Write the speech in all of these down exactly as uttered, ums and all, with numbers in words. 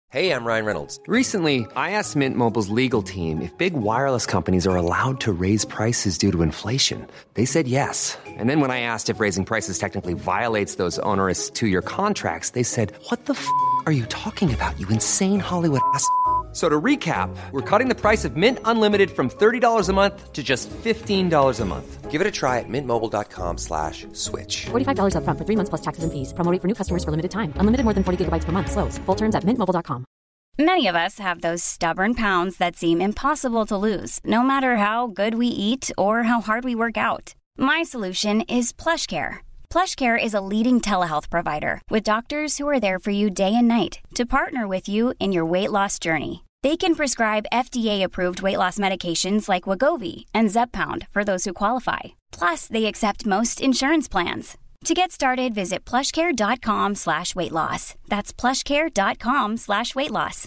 Hey, I'm Ryan Reynolds. Recently, I asked Mint Mobile's legal team if big wireless companies are allowed to raise prices due to inflation. They said yes. And then when I asked if raising prices technically violates those onerous two-year contracts, they said, what the f*** are you talking about, you insane Hollywood ass f- So to recap, we're cutting the price of Mint Unlimited from thirty dollars a month to just fifteen dollars a month. Give it a try at mintmobile.com slash switch. forty-five dollars up front for three months plus taxes and fees. Promo rate for new customers for limited time. Unlimited more than forty gigabytes per month. Slows full terms at mint mobile dot com. Many of us have those stubborn pounds that seem impossible to lose, no matter how good we eat or how hard we work out. My solution is PlushCare. PlushCare is a leading telehealth provider with doctors who are there for you day and night to partner with you in your weight loss journey. They can prescribe F D A-approved weight loss medications like Wegovy and Zepbound for those who qualify. Plus, they accept most insurance plans. To get started, visit plushcare.com slash weight loss. That's plushcare.com slash weight loss.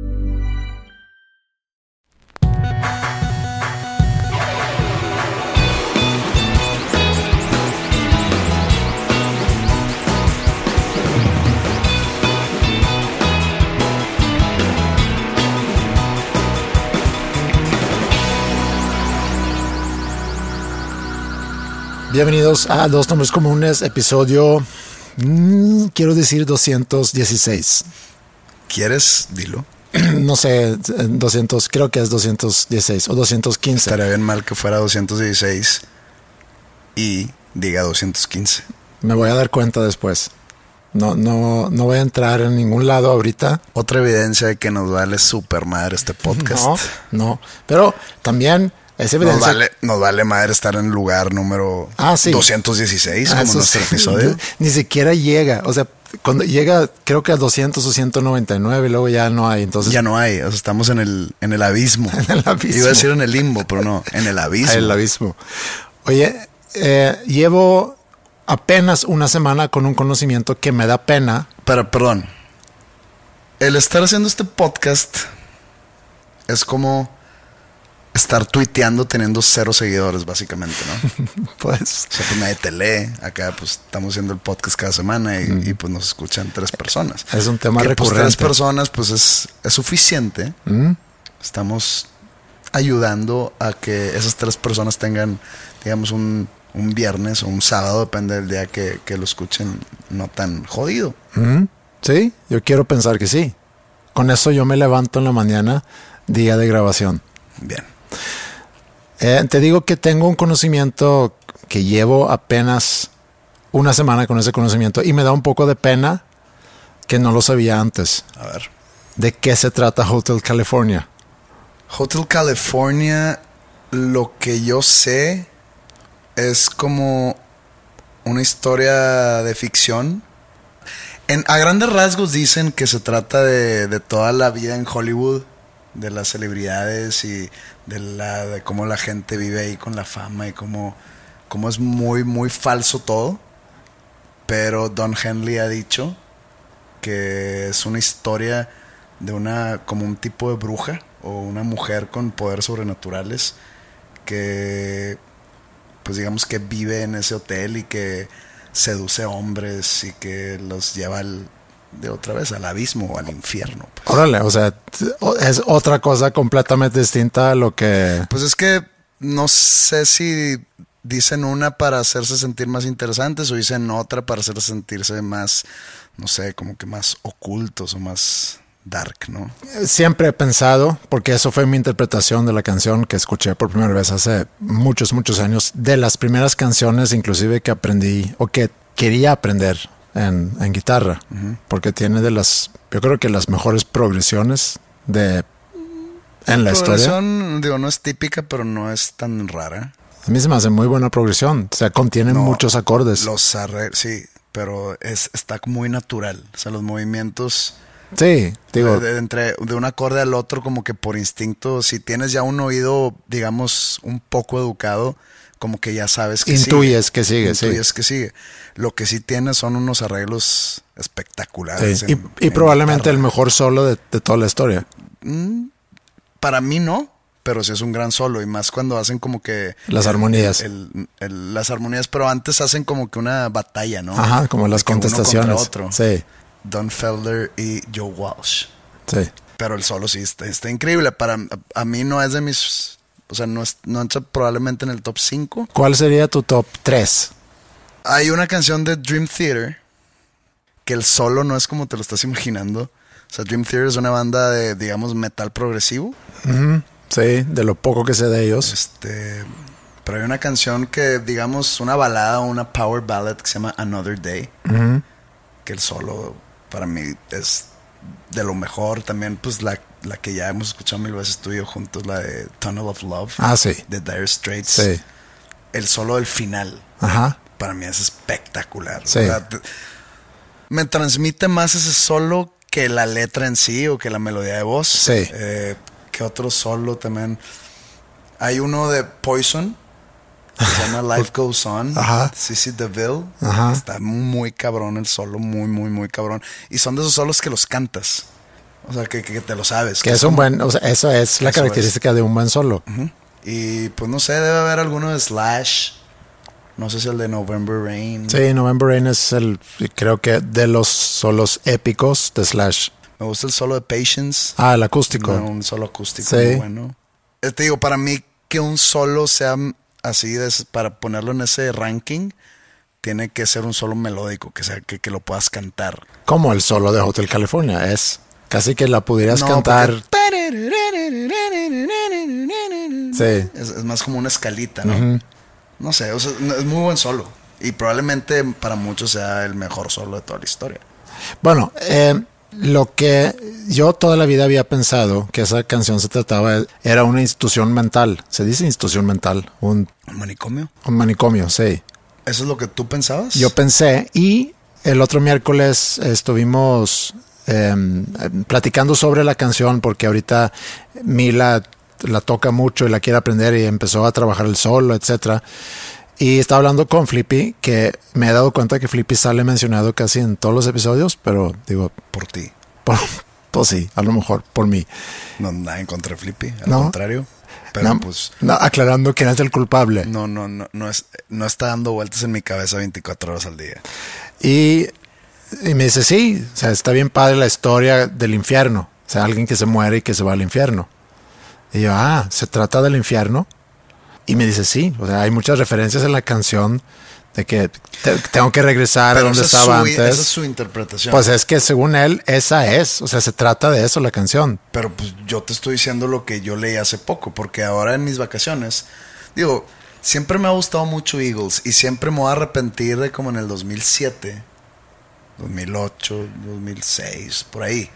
Bienvenidos a Dos Nombres Comunes, episodio, mmm, quiero decir doscientos dieciséis. ¿Quieres? Dilo. No sé, doscientos, creo que es doscientos dieciséis o doscientos quince. Estaría bien mal que fuera doscientos dieciséis y diga doscientos quince. Me voy a dar cuenta después. No, no, no voy a entrar en ningún lado ahorita. Otra evidencia de que nos vale super madre este podcast. No, no, pero también... Es nos, vale, nos vale madre estar en el lugar número ah, sí. doscientos dieciséis, ah, como nuestro sí. episodio. Ni siquiera llega. O sea, cuando llega, creo que a doscientos o ciento noventa y nueve, y luego ya no hay. Entonces ya no hay. O sea, estamos en el, en el abismo. En el abismo. Iba a decir en el limbo, pero no, en el abismo. En el abismo. Oye, eh, llevo apenas una semana con un conocimiento que me da pena. Pero, perdón. El estar haciendo este podcast es como estar tuiteando teniendo cero seguidores, básicamente, ¿no? Pues... O sea, pues nadie te lee. Acá, pues, estamos haciendo el podcast cada semana y, mm. y pues, nos escuchan tres personas. Es un tema que, recurrente. Pues, tres personas, pues, es, es suficiente. Mm. Estamos ayudando a que esas tres personas tengan, digamos, un, un viernes o un sábado, depende del día que, que lo escuchen, no tan jodido. Mm. Sí, yo quiero pensar que sí. Con eso yo me levanto en la mañana, día de grabación. Bien. Eh, te digo que tengo un conocimiento que llevo apenas una semana con ese conocimiento y me da un poco de pena que no lo sabía antes. A ver. ¿De qué se trata Hotel California? Hotel California, lo que yo sé es como una historia de ficción. En, a grandes rasgos dicen que se trata de, de toda la vida en Hollywood, de las celebridades y de, la, de cómo la gente vive ahí con la fama y cómo, cómo es muy, muy falso todo. Pero Don Henley ha dicho que es una historia de una, como un tipo de bruja o una mujer con poderes sobrenaturales que, pues digamos que vive en ese hotel y que seduce hombres y que los lleva al... de otra vez al abismo o al infierno. Pues. Órale, o sea, es otra cosa completamente distinta a lo que... Pues es que no sé si dicen una para hacerse sentir más interesantes o dicen otra para hacerse sentirse más, no sé, como que más ocultos o más dark, ¿no? Siempre he pensado, porque eso fue mi interpretación de la canción que escuché por primera vez hace muchos, muchos años, de las primeras canciones inclusive que aprendí o que quería aprender En, en guitarra, uh-huh. porque tiene de las, yo creo que las mejores progresiones de en la, la historia. Progresión, digo, no es típica, pero no es tan rara. A mí se me hace muy buena progresión, o sea, contiene no, muchos acordes. Los arreglos, sí, pero es, está muy natural, o sea, los movimientos. Sí, digo. De, de, entre, de un acorde al otro, como que por instinto, si tienes ya un oído, digamos, un poco educado, como que ya sabes que Intuyes sigue. que sigue, Intuyes sí. que sigue. Lo que sí tiene son unos arreglos espectaculares. Sí. En, y, y en probablemente guitarra. El mejor solo de, de toda la historia. Mm, para mí no, pero sí es un gran solo. Y más cuando hacen como que... Las el, armonías. El, el, el, las armonías, pero antes hacen como que una batalla, ¿no? Ajá, como las de contestaciones. Uno contra otro. Sí. Don Felder y Joe Walsh. Sí. Pero el solo sí está, está increíble. Para a, a mí no es de mis... O sea, no, es, no entra probablemente en el top cinco. ¿Cuál sería tu top tres? Hay una canción de Dream Theater que el solo no es como te lo estás imaginando. O sea, Dream Theater es una banda de, digamos, metal progresivo. Uh-huh. Sí, de lo poco que sé de ellos. Este, pero hay una canción que, digamos, una balada o una power ballad que se llama Another Day. Uh-huh. Que el solo para mí es de lo mejor. También, pues, la, la que ya hemos escuchado mil veces tú y yo juntos, la de Tunnel of Love. Ah, sí. De Dire Straits. Sí. El solo del final. Ajá. Para mí es espectacular. Sí. O sea, te, me transmite más ese solo que la letra en sí o que la melodía de voz. Sí. Eh, que otro solo también. Hay uno de Poison que se llama Life Goes On. Ajá. Cissy DeVille. Ajá. Está muy cabrón el solo, muy, muy, muy cabrón. Y son de esos solos que los cantas. O sea, que, que te lo sabes. Que, que es un buen, o sea, eso es la Eso característica es. de un buen solo. Uh-huh. Y pues no sé, debe haber alguno de Slash. No sé si el de November Rain. Sí, November Rain es el, creo que de los solos épicos de Slash. Me gusta el solo de Patience. Ah, el acústico. No, un solo acústico Sí. muy bueno. Eh, Te digo, para mí que un solo sea así, de, para ponerlo en ese ranking, tiene que ser un solo melódico, que sea que, que lo puedas cantar. Como el solo de Hotel California. Es casi que la pudieras No, cantar. porque- Sí. Es, es más como una escalita, ¿no? Ujú. No sé, o sea, no- es muy buen solo. Y probablemente para muchos sea el mejor solo de toda la historia. Bueno, eh, lo que yo toda la vida había pensado que esa canción se trataba era una institución mental. Se dice institución mental, un, ¿Un manicomio? un manicomio, sí. ¿Eso es lo que tú pensabas? Yo pensé, y el otro miércoles estuvimos eh, platicando sobre la canción porque ahorita Mila la toca mucho y la quiere aprender y empezó a trabajar el solo, etcétera. Y estaba hablando con Flippy, que me he dado cuenta que Flippy sale mencionado casi en todos los episodios, pero digo, Por ti. por, pues sí, a lo mejor por mí. No, nada en contra de Flippy, al No. contrario. Pero No, pues no, aclarando quién es el culpable. no, no, no, no, es, no está dando vueltas en mi cabeza veinticuatro horas al día. Y, y me dice, sí, o sea, está bien padre la historia del infierno. O sea, alguien que se muere y que se va al infierno. Y yo, ah, ¿se trata del infierno? Y me dice, sí, o sea, hay muchas referencias en la canción de que te- tengo que regresar a donde esa es, estaba su, antes. esa es su interpretación. Pues es que según él, esa es, o sea, se trata de eso la canción. Pero pues yo te estoy diciendo lo que yo leí hace poco, porque ahora en mis vacaciones, digo, siempre me ha gustado mucho Eagles y siempre me voy a arrepentir de como en el dos mil siete, dos mil ocho, dos mil seis, por ahí.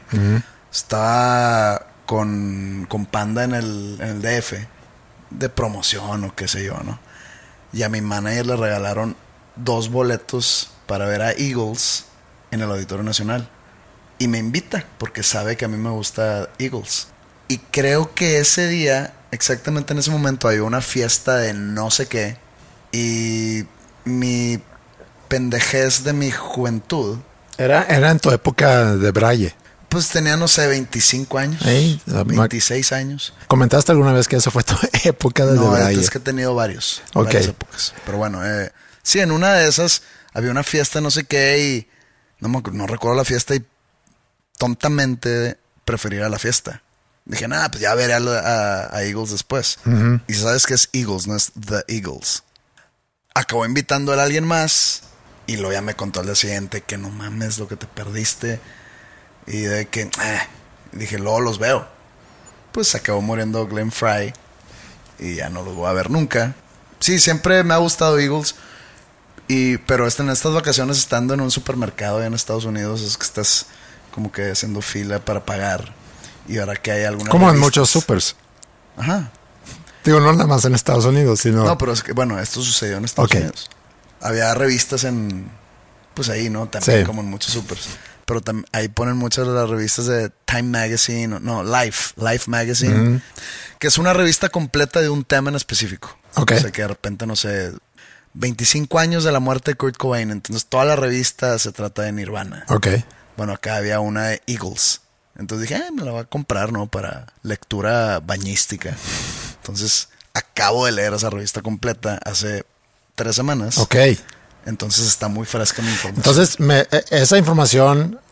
Estaba con, con Panda en el, en el D F, de promoción o qué sé yo, ¿no? Y a mi manager le regalaron dos boletos para ver a Eagles en el Auditorio Nacional. Y me invita porque sabe que a mí me gusta Eagles. Y creo que ese día, exactamente en ese momento, había una fiesta de no sé qué. Y mi pendejez de mi juventud, Era, era en tu época de Braille. pues tenía, no sé, veinticinco años, Ey, la ma- veintiséis años. ¿Comentaste alguna vez que eso fue tu época de, No, de Braille? es que he tenido varios, Ok. varias épocas. Pero bueno, eh, sí, en una de esas había una fiesta, no sé qué, y no, me, acu- no recuerdo la fiesta y tontamente preferí ir a la fiesta. Dije, nada, pues ya veré a, la- a- a Eagles después. Ujú. Y sabes que es Eagles, no es The Eagles. Acabó invitando a alguien más y luego ya me contó al día siguiente que no mames lo que te perdiste. Y de que, eh, dije, luego los veo. Pues acabó muriendo Glenn Fry y ya no los voy a ver nunca. Sí, siempre me ha gustado Eagles. Y, pero este, en estas vacaciones, estando en un supermercado allá en Estados Unidos, es que estás como que haciendo fila para pagar. Y ahora que hay alguna. Como en muchos supers. Ajá. Digo, no nada más en Estados Unidos, sino... No, pero es que, bueno, esto sucedió en Estados Ok. Unidos. Había revistas en, pues ahí, ¿no? También Sí. como en muchos supers. Pero tam- ahí ponen muchas de las revistas de Time Magazine, o- no, Life, Life Magazine, que es una revista completa de un tema en específico. Ok. O sea, que de repente, no sé, veinticinco años de la muerte de Kurt Cobain, entonces toda la revista se trata de Nirvana. Ok. Bueno, acá había una de Eagles. Entonces dije, eh, me la voy a comprar, ¿no? Para lectura bañística. Entonces, acabo de leer esa revista completa hace tres semanas. Ok. Entonces está muy fresca mi información. Entonces, me, e- esa información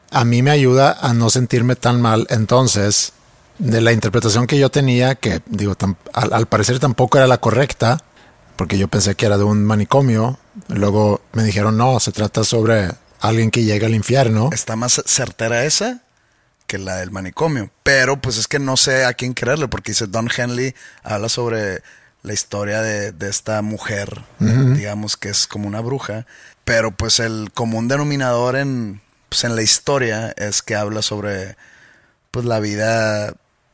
a mí me ayuda a no sentirme tan mal. Entonces, de la interpretación que yo tenía, que digo, tam, al, al parecer tampoco era la correcta, porque yo pensé que era de un manicomio, luego me dijeron, no, se trata sobre alguien que llega al infierno. Está más certera esa que la del manicomio, pero pues es que no sé a quién creerle, porque dice Don Henley habla sobre la historia de, de esta mujer, uh-huh. digamos que es como una bruja, pero pues el común denominador en, pues en la historia es que habla sobre pues la vida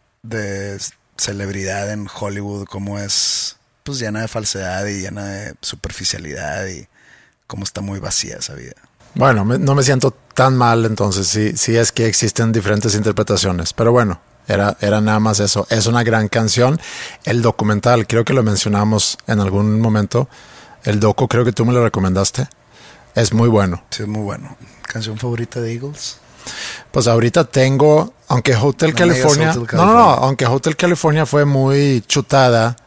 de celebridad en Hollywood, cómo es pues llena de falsedad y llena de superficialidad y cómo está muy vacía esa vida. Bueno, me, no me siento tan mal entonces, sí, sí es que existen diferentes interpretaciones, pero bueno, era, era nada más eso. Es una gran canción. El documental, creo que lo mencionamos en algún momento, el docu creo que tú me lo recomendaste, es muy bueno. Sí, es muy bueno. ¿Canción favorita de Eagles? Pues ahorita tengo, aunque Hotel no California, Hotel no, no, no, aunque Hotel California fue muy chutada,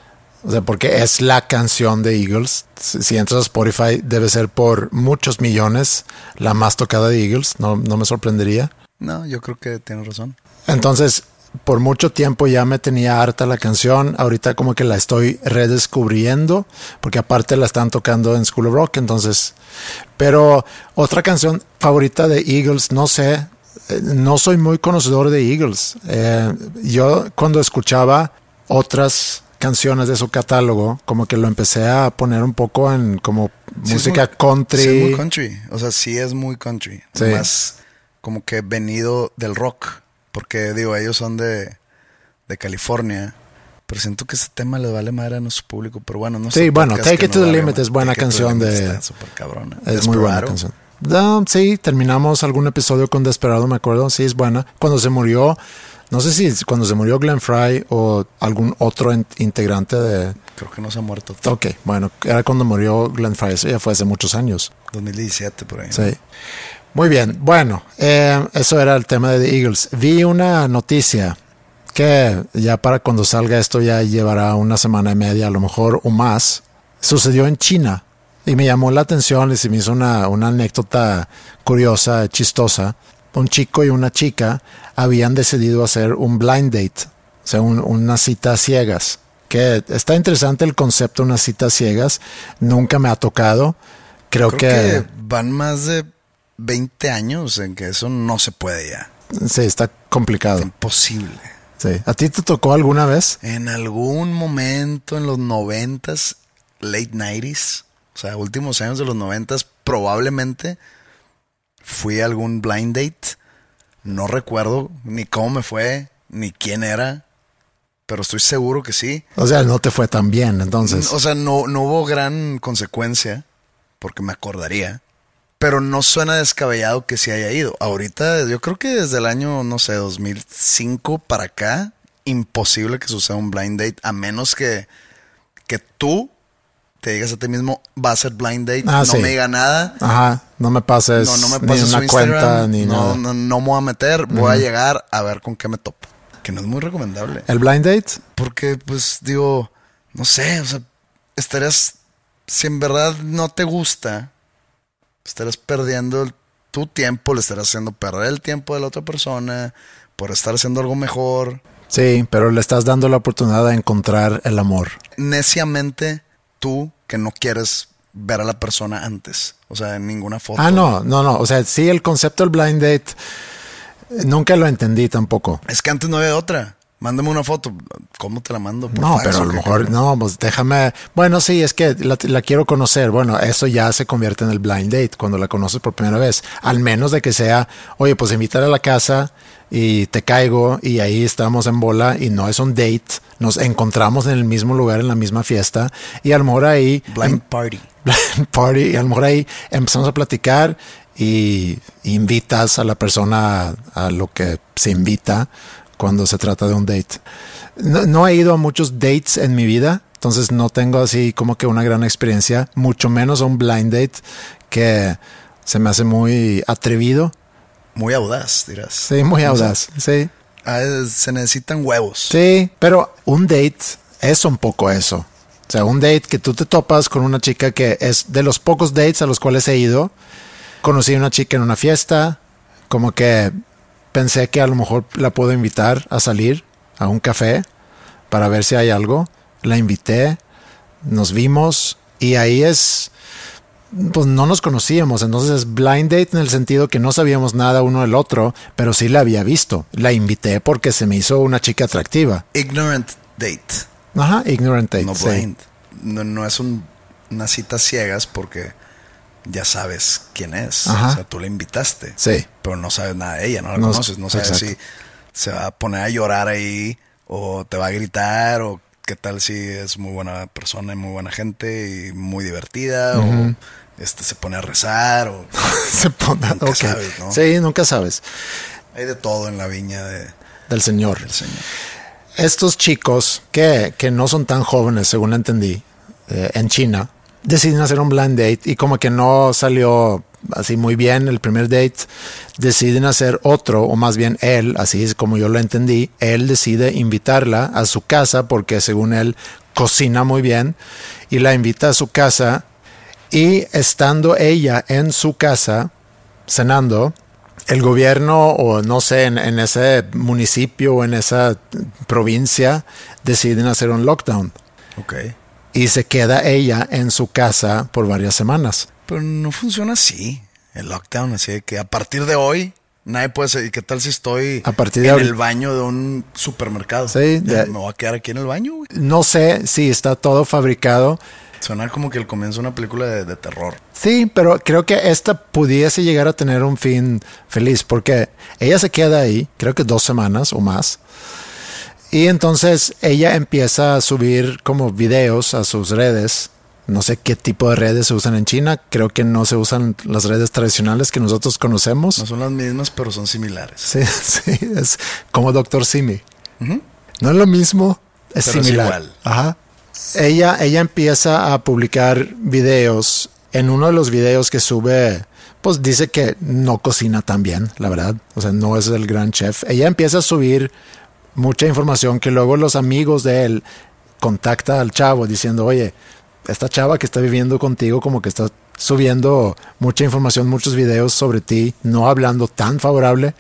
o sea, porque es la canción de Eagles. Si, si entras a Spotify, debe ser por muchos millones la más tocada de Eagles. No, no me sorprendería. No, yo creo que tienes razón. Entonces, por mucho tiempo ya me tenía harta la canción. Ahorita como que la estoy redescubriendo, porque aparte la están tocando en School of Rock. Entonces, pero otra canción favorita de Eagles, no sé, no soy muy conocedor de Eagles. Eh, yo cuando escuchaba otras canciones de su catálogo, como que lo empecé a poner un poco en como sí música muy, country. Sí, es muy country. O sea, sí es muy country. Sí. Más como que venido del rock. Porque, digo, ellos son de, de California. Pero siento que ese tema le vale madre a nuestro público. Pero bueno, no sé. Sí, bueno, Take It to the Limit es buena canción de... Está súper cabrona. Es muy buena canción. No, sí, terminamos algún episodio con Desperado, me acuerdo. Sí, es buena. Cuando se murió... No sé si cuando se murió Glenn Frey o algún otro in- integrante de... Creo que no se ha muerto. Ok, bueno, era cuando murió Glenn Frey, eso ya fue hace muchos años. dos mil diecisiete por ahí. Sí. ¿No? Muy bien, bueno, eh, eso era el tema de The Eagles. Vi una noticia que ya para cuando salga esto ya llevará una semana y media, a lo mejor o más. Sucedió en China y me llamó la atención y se me hizo una, una anécdota curiosa, chistosa. Un chico y una chica habían decidido hacer un blind date, o sea, un, una cita a ciegas. Que está interesante el concepto de una cita a ciegas. Nunca me ha tocado. Creo, Creo que, que van más de veinte años en que eso no se puede ya. Sí, está complicado. Es imposible. Sí. ¿A ti te tocó alguna vez? En algún momento en los noventas, late nineties, o sea, últimos años de los noventas, probablemente fui a algún blind date. No recuerdo ni cómo me fue, ni quién era, pero estoy seguro que sí. O sea, no te fue tan bien, entonces. O sea, no, no hubo gran consecuencia, porque me acordaría. Pero no suena descabellado que sí haya ido. Ahorita, yo creo que desde el año, no sé, dos mil cinco para acá, imposible que suceda un blind date, a menos que, que tú te digas a ti mismo, va a ser blind date, ah, no sí. me diga nada. Ajá, no me pases, no, no me pases ni una cuenta, ni no, nada. No, no me voy a meter, voy uh-huh. a llegar a ver con qué me topo. Que no es muy recomendable. ¿El blind date? Porque, pues, digo, no sé, o sea, estarías, si en verdad no te gusta, estarás perdiendo el, tu tiempo, le estarás haciendo perder el tiempo de la otra persona por estar haciendo algo mejor. Sí, pero le estás dando la oportunidad de encontrar el amor. Neciamente, tú que no quieres ver a la persona antes, o sea, en ninguna foto. Ah, no, no, no, o sea, sí, el concepto del blind date nunca lo entendí tampoco. Es que antes no había otra. Mándame una foto. ¿Cómo te la mando? Por no, fax, pero a lo mejor, no, pues déjame. Bueno, sí, es que la, la quiero conocer. Bueno, eso ya se convierte en el blind date cuando la conoces por primera vez. Al menos de que sea, oye, pues invitar a la casa y te caigo y ahí estamos en bola y no es un date. Nos encontramos en el mismo lugar, en la misma fiesta y a lo mejor ahí. Blind party. Blind party. Y a lo mejor ahí empezamos a platicar y invitas a la persona a, a lo que se invita cuando se trata de un date. No, no he ido a muchos dates en mi vida, entonces no tengo así como que una gran experiencia, mucho menos a un blind date que se me hace muy atrevido. Muy audaz, dirás. Sí, muy audaz, o sea, sí. Ah, se necesitan huevos. Sí, pero un date es un poco eso. O sea, un date que tú te topas con una chica que es de los pocos dates a los cuales he ido. Conocí a una chica en una fiesta, como que pensé que a lo mejor la puedo invitar a salir a un café para ver si hay algo. La invité, nos vimos y ahí es, pues no nos conocíamos, entonces es blind date en el sentido que no sabíamos nada uno del otro, pero sí la había visto. La invité porque se me hizo una chica atractiva. Ignorant date. Ajá, ignorant date. No sí. blind. No, no es un, una cita ciegas porque ya sabes quién es. Ajá. O sea, tú la invitaste. Sí. Pero no sabes nada de ella, no la No, conoces. No sabes exacto. si se va a poner a llorar ahí o te va a gritar o qué tal si es muy buena persona y muy buena gente y muy divertida uh-huh. o este se pone a rezar o se pone, nunca okay. sabes, ¿no? Sí, nunca sabes. Hay de todo en la viña de, del Señor. Del Señor. Estos chicos que, que no son tan jóvenes, según entendí, eh, en China, deciden hacer un blind date y como que no salió así muy bien el primer date, deciden hacer otro, o más bien él, así es como yo lo entendí, él decide invitarla a su casa porque según él cocina muy bien y la invita a su casa y estando ella en su casa cenando, el gobierno o no sé, en, en ese municipio o en esa provincia deciden hacer un lockdown. Okay. Y se queda ella en su casa por varias semanas. Pero no funciona así, el lockdown, así de que a partir de hoy nadie puede ser. ¿Y qué tal si estoy a partir de en hoy, el baño de un supermercado? Sí, de, me voy a quedar aquí en el baño, güey. No sé si está todo fabricado. Suena como que el comienzo de una película de, de terror. Sí, pero creo que esta pudiese llegar a tener un fin feliz porque ella se queda ahí, creo que dos semanas o más. Y entonces ella empieza a subir como videos a sus redes. No sé qué tipo de redes se usan en China. Creo que no se usan las redes tradicionales que nosotros conocemos. No son las mismas, pero son similares. Sí, sí, es como doctor Simi. Uh-huh. No es lo mismo, es pero similar. Es igual. Ajá. Ella, ella empieza a publicar videos. En uno de los videos que sube, pues dice que no cocina tan bien, la verdad. O sea, no es el gran chef. Ella empieza a subir mucha información que luego los amigos de él contacta al chavo diciendo, oye, esta chava que está viviendo contigo como que está subiendo mucha información, muchos videos sobre ti, no hablando tan favorablemente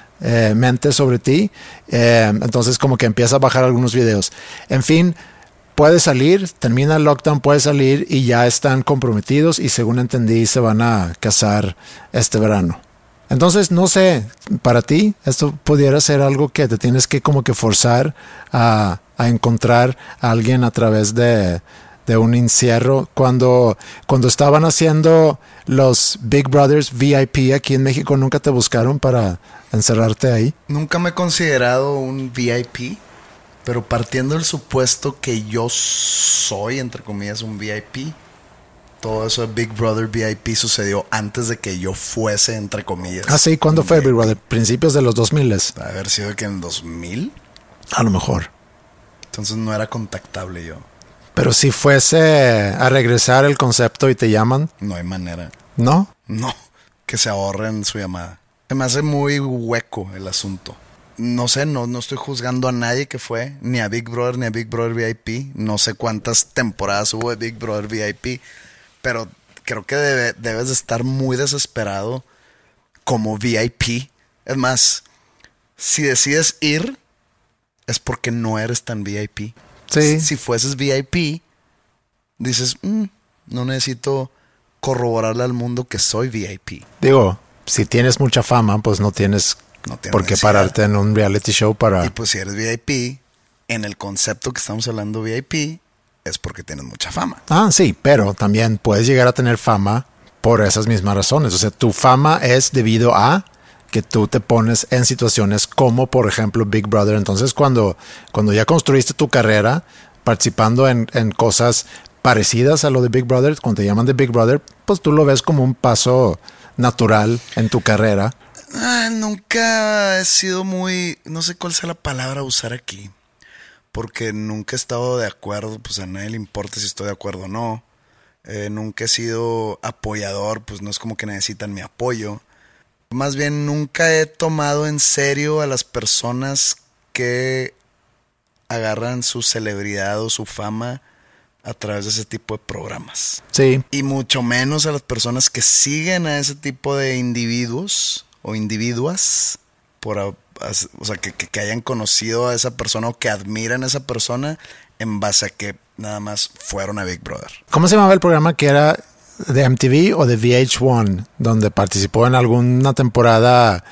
eh, sobre ti. Eh, entonces como que empieza a bajar algunos videos. En fin, puede salir, termina el lockdown, puede salir y ya están comprometidos y según entendí se van a casar este verano. Entonces, no sé, para ti, esto pudiera ser algo que te tienes que como que forzar a, a encontrar a alguien a través de, de un encierro. Cuando, cuando estaban haciendo los Big Brothers V I P aquí en México, ¿nunca te buscaron para encerrarte ahí? Nunca me he considerado un V I P, pero partiendo del supuesto que yo soy, entre comillas, un V I P, todo eso de Big Brother V I P sucedió antes de que yo fuese, entre comillas. Ah, sí, ¿cuándo fue Big Brother? ¿Principios de los dos mil? A haber sido que en dos mil. A lo mejor. Entonces no era contactable yo. Pero si fuese a regresar el concepto y te llaman. No hay manera. ¿No? No, que se ahorren su llamada. Se me hace muy hueco el asunto. No sé, no, no estoy juzgando a nadie que fue, ni a Big Brother, ni a Big Brother V I P. No sé cuántas temporadas hubo de Big Brother V I P. Pero creo que debe, debes de estar muy desesperado como V I P. Es más, si decides ir, es porque no eres tan V I P. Sí. Si, si fueses V I P, dices, mm, no necesito corroborarle al mundo que soy V I P. Digo, si tienes mucha fama, pues no tienes, no tienes por qué necesidad. Pararte en un reality show para... Y pues si eres V I P, en el concepto que estamos hablando V I P, es porque tienes mucha fama. Ah, sí, pero también puedes llegar a tener fama por esas mismas razones. O sea, tu fama es debido a que tú te pones en situaciones como, por ejemplo, Big Brother. Entonces, cuando, cuando ya construiste tu carrera participando en, en cosas parecidas a lo de Big Brother, cuando te llaman de Big Brother, pues tú lo ves como un paso natural en tu carrera. Ah, nunca he sido muy... No sé cuál sea la palabra a usar aquí. Porque nunca he estado de acuerdo, pues a nadie le importa si estoy de acuerdo o no. Eh, nunca he sido apoyador, pues no es como que necesitan mi apoyo. Más bien nunca he tomado en serio a las personas que agarran su celebridad o su fama a través de ese tipo de programas. Sí. Y mucho menos a las personas que siguen a ese tipo de individuos o individuas por, o sea, que, que, que hayan conocido a esa persona o que admiran a esa persona en base a que nada más fueron a Big Brother. ¿Cómo se llamaba el programa que era de M T V o de V H uno, donde participó en alguna temporada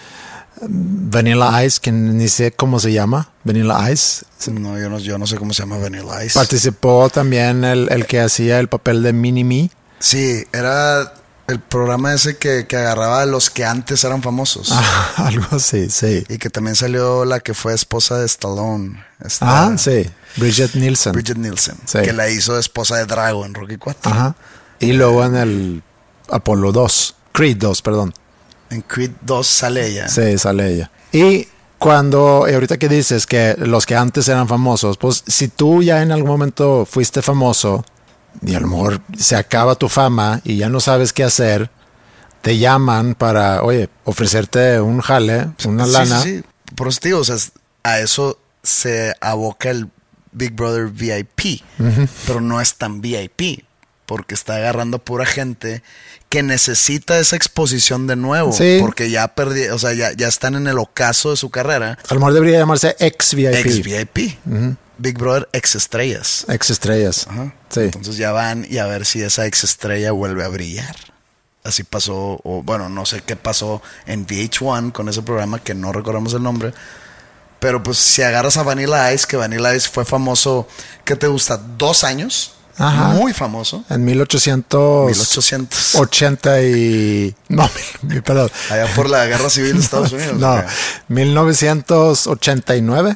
Vanilla Ice, que ni sé cómo se llama? Vanilla Ice. No, yo no, yo no sé cómo se llama Vanilla Ice. Participó también el, el que hacía el papel de Mini-Me. Sí, era el programa ese que, que agarraba a los que antes eran famosos. Ah, algo así, sí. Y que también salió la que fue esposa de Stallone. Esta, Ah, sí. Bridget Nielsen. Bridget Nielsen. Sí. Que la hizo esposa de Drago en Rocky cuatro. Ajá. Y luego en el Apolo dos. Creed dos, perdón. En Creed dos sale ella. Sí, sale ella. Y cuando, y ahorita que dices que los que antes eran famosos, pues si tú ya en algún momento fuiste famoso y a lo mejor se acaba tu fama y ya no sabes qué hacer, te llaman para, oye, ofrecerte un jale, una Sí, lana. Sí, sí. Por eso te digo, o sea, a eso se aboca el Big Brother V I P. Uh-huh. Pero no es tan V I P, porque está agarrando pura gente que necesita esa exposición de nuevo. Sí. Porque ya perdí, o sea, ya, ya están en el ocaso de su carrera. A lo mejor debería llamarse ex V I P. Ex V I P. Uh-huh. Big Brother ex estrellas. Ex estrellas. Ajá. Sí. Entonces ya van y a ver si esa ex estrella vuelve a brillar. Así pasó, o bueno, no sé qué pasó en V H uno con ese programa que no recordamos el nombre. Pero pues si agarras a Vanilla Ice, que Vanilla Ice fue famoso, ¿qué te gusta? ¿Dos años? Ajá. Muy famoso. En mil ochocientos... mil ochocientos ochenta y... No, mil, perdón. Allá por la Guerra Civil de Estados Unidos. No, ¿okay? mil novecientos ochenta y nueve.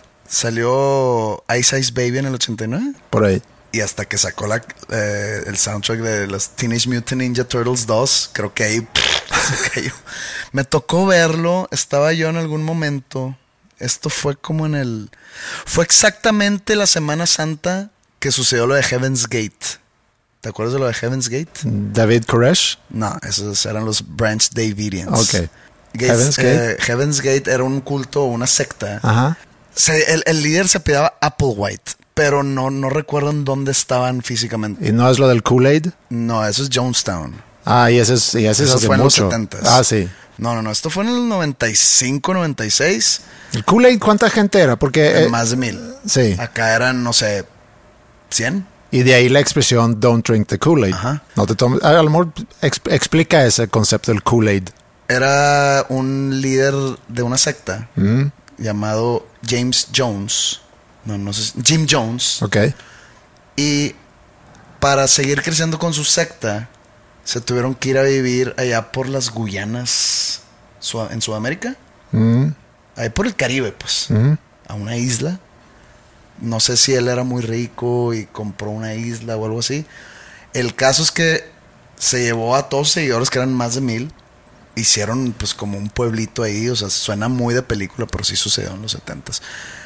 Salió Ice Ice Baby en el ochenta y nueve. Por ahí. Y hasta que sacó la, eh, el soundtrack de las Teenage Mutant Ninja Turtles dos, creo que ahí pff, se cayó. Me tocó verlo, estaba yo en algún momento. Esto fue como en el... Fue exactamente la Semana Santa que sucedió lo de Heaven's Gate. ¿Te acuerdas de lo de Heaven's Gate? David Koresh. No, esos eran los Branch Davidians. Ok. Gates, Heaven's Gate. Eh, Heaven's Gate era un culto, una secta. Ajá. Se, el, el líder se apellidaba Applewhite, pero no, no recuerdo en dónde estaban físicamente. ¿Y no es lo del Kool-Aid? No, eso es Jonestown. Ah, y ese es, y ese eso es hace fue mucho. En los setentas. Ah, sí. No, no, no. Esto fue en el noventa y cinco, noventa y seis. ¿El Kool-Aid cuánta gente era? Porque... Eh, más de mil. Sí. Acá eran, no sé, cien. Y de ahí la expresión don't drink the Kool-Aid. Ajá. No te tomes... A lo mejor exp- explica ese concepto del Kool-Aid. Era un líder de una secta Mm. llamado James Jones. No, no sé. Jim Jones. Ok. Y para seguir creciendo con su secta, se tuvieron que ir a vivir allá por las Guyanas, en Sudamérica. Mm. Ahí por el Caribe, pues. Mm. A una isla. No sé si él era muy rico y compró una isla o algo así. El caso es que se llevó a todos sus seguidores, que eran más de mil. Hicieron pues como un pueblito ahí. O sea, suena muy de película, pero sí sucedió en los setentas.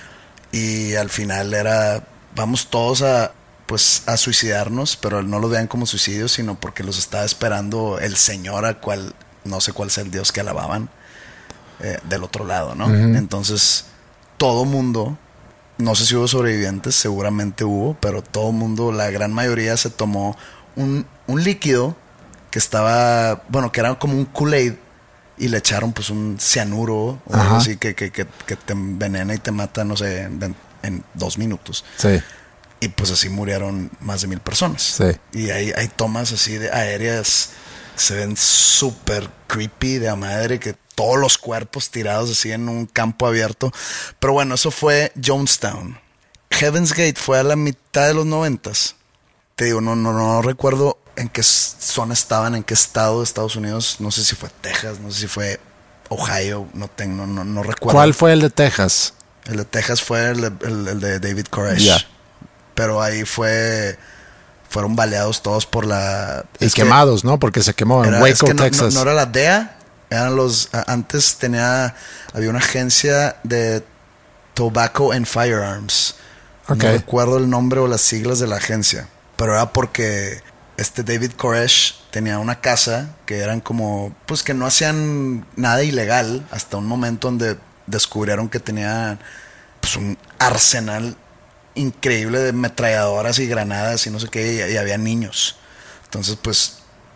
Y al final era, vamos todos a pues a suicidarnos, pero no lo vean como suicidio, sino porque los estaba esperando el señor a cual, no sé cuál sea el dios que alababan, eh, del otro lado, ¿no? Uh-huh. Entonces, todo mundo, no sé si hubo sobrevivientes, seguramente hubo, pero todo mundo, la gran mayoría se tomó un, un líquido que estaba, bueno, que era como un Kool-Aid, y le echaron pues un cianuro o algo así que, que, que, que te envenena y te mata, no sé, en, en dos minutos. Sí. Y pues así murieron más de mil personas. Sí. Y hay, hay tomas así de aéreas, se ven súper creepy de a madre, que todos los cuerpos tirados así en un campo abierto. Pero bueno, eso fue Jonestown. Heaven's Gate fue a la mitad de los noventas. Te digo, no, no, no recuerdo en qué zona estaban, en qué estado de Estados Unidos. No sé si fue Texas, no sé si fue Ohio, no tengo, no, no, no recuerdo. ¿Cuál fue el de Texas? El de Texas fue el, el, el de David Koresh. Yeah. Pero ahí fue, fueron baleados todos por la... Y quemados, ¿no? Porque se quemó en era, Waco, es que no, Texas. No, no era la D E A, eran los... Antes tenía, había una agencia de Tobacco and Firearms. Okay. No recuerdo el nombre o las siglas de la agencia, pero era porque este David Koresh tenía una casa que eran como, pues que no hacían nada ilegal hasta un momento donde descubrieron que tenía pues un arsenal increíble de metralladoras y granadas y no sé qué, y, y había niños. Entonces pues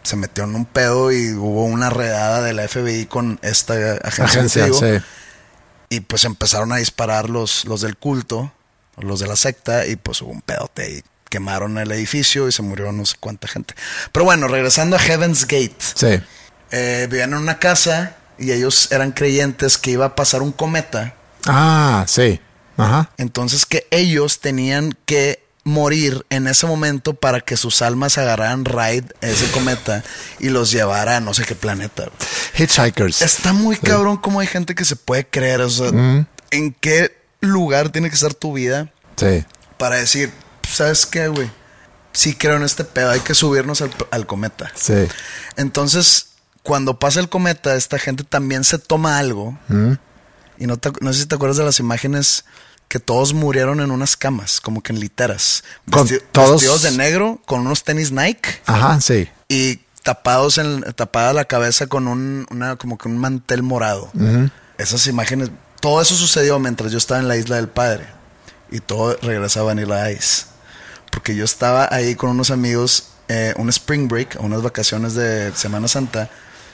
se metió en un pedo y hubo una redada de la F B I con esta agencia. Agencia, digo, sí. Y pues empezaron a disparar los, los del culto, los de la secta, y pues hubo un pedote y quemaron el edificio y se murió no sé cuánta gente. Pero bueno, regresando a Heaven's Gate. Sí. Eh, vivían en una casa y ellos eran creyentes que iba a pasar un cometa. Ah, sí. Ajá. Entonces que ellos tenían que morir en ese momento para que sus almas agarraran ride ese cometa y los llevara a no sé qué planeta. Hitchhikers. Está muy cabrón cómo hay gente que se puede creer, o sea, mm. en qué lugar tiene que estar tu vida sí. para decir, ¿sabes qué, güey? Sí creo en este pedo, hay que subirnos al, al cometa. Sí. Entonces, cuando pasa el cometa, esta gente también se toma algo. Mm. Y no, te, no sé si te acuerdas de las imágenes que todos murieron en unas camas, como que en literas. Vesti todos... Vestidos de negro, con unos tenis Nike. Ajá, sí. Y tapados en, tapada la cabeza con un, una, como que un mantel morado. Uh-huh. Esas imágenes, todo eso sucedió mientras yo estaba en la Isla del Padre. Y todo regresaba a Vanilla Ice. Porque yo estaba ahí con unos amigos, eh, un spring break, unas vacaciones de Semana Santa,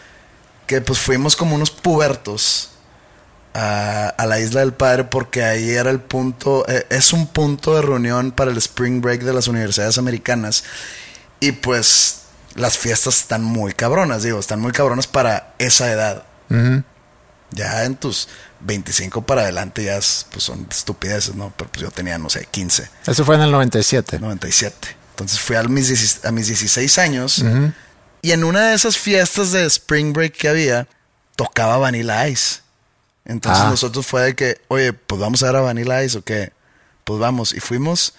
que pues fuimos como unos pubertos A, a la Isla del Padre, porque ahí era el punto, eh, es un punto de reunión para el spring break de las universidades americanas. Y pues las fiestas están muy cabronas, digo, están muy cabronas para esa edad. Uh-huh. Ya en tus veinticinco para adelante ya es, pues son estupideces, ¿no? Pero pues yo tenía, no sé, quince. Eso fue en el noventa y siete. noventa y siete. Entonces fui a mis, a mis dieciséis años. Uh-huh. Y en una de esas fiestas de spring break que había, tocaba Vanilla Ice. Entonces ah. nosotros fue de que, oye, pues vamos a ver a Vanilla Ice o qué. Pues vamos. Y fuimos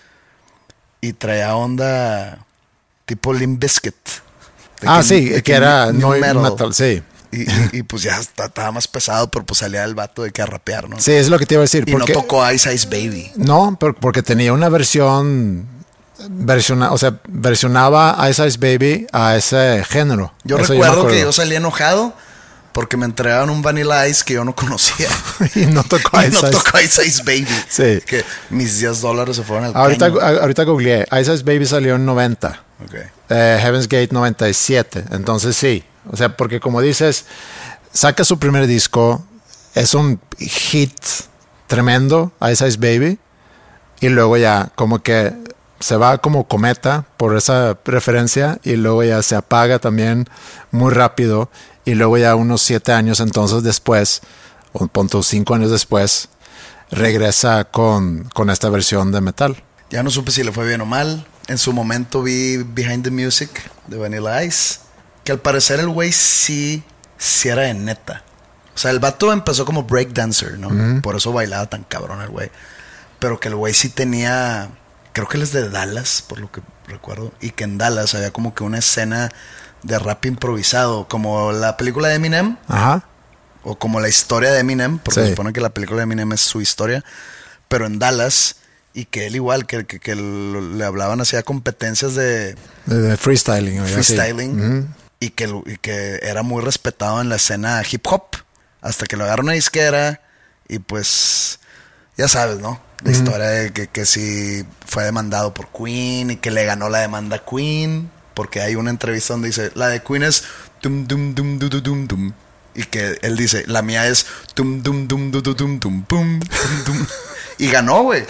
y traía onda tipo Limp Bizkit. Ah, que, sí, que, que era no metal. metal, sí. Y, y, y pues ya estaba más pesado, pero pues salía el vato de que a rapear, ¿no? Sí, es lo que te iba a decir. Y porque, no tocó Ice Ice Baby. No, porque tenía una versión, versiona, o sea, versionaba Ice Ice Baby a ese género. Yo Eso recuerdo yo que yo salí enojado porque me entregaron un Vanilla Ice que yo no conocía. y no tocó y Ice no Ice. tocó Ice Ice Baby. Sí. Que mis diez dólares se fueron al ahorita, caño. Ahorita googleé. Ice Ice Baby salió en noventa. Okay. Eh, Heaven's Gate noventa y siete. Entonces sí. O sea, porque como dices, saca su primer disco. Es un hit tremendo, Ice Ice Baby. Y luego ya como que se va como cometa por esa referencia. Y luego ya se apaga también muy rápido. Y luego ya unos siete años entonces después, o punto cinco años después, regresa con, con esta versión de metal. Ya no supe si le fue bien o mal. En su momento vi Behind the Music de Vanilla Ice, que al parecer el güey sí, sí era de neta. O sea, el vato empezó como breakdancer, ¿no? Uh-huh. Por eso bailaba tan cabrón el güey. Pero que el güey sí tenía, creo que él es de Dallas, por lo que recuerdo. Y que en Dallas había como que una escena de rap improvisado, como la película de Eminem. Ajá. O como la historia de Eminem, porque sí. se supone que la película de Eminem es su historia. Pero en Dallas... Y que él igual, que, que, que le hablaban así a competencias de... De, de freestyling. Freestyling. Uh-huh. Y, que, y que era muy respetado en la escena hip hop. Hasta que lo agarró una disquera. Y pues... Ya sabes, ¿no? La uh-huh. historia de que, que sí fue demandado por Queen. Y que le ganó la demanda a Queen. Porque hay una entrevista donde dice... La de Queen es... Dum, dum, dum, dum, dum, dum. Y que él dice... La mía es... Dum, dum, dum, dum, dum, dum, dum, dum. Y ganó, güey.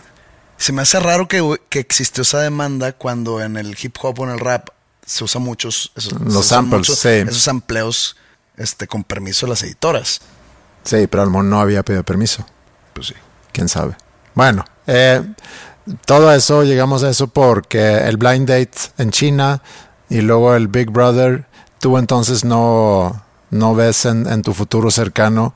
Se me hace raro que, que existió esa demanda cuando en el hip hop o en el rap se usa muchos esos, los se samples, mucho, sí. esos amplios este, con permiso de las editoras. Sí, pero Almond no había pedido permiso. Pues sí. ¿Quién sabe? Bueno, eh, todo eso, llegamos a eso porque el Blind Date en China y luego el Big Brother, tú entonces no, no ves en, en tu futuro cercano.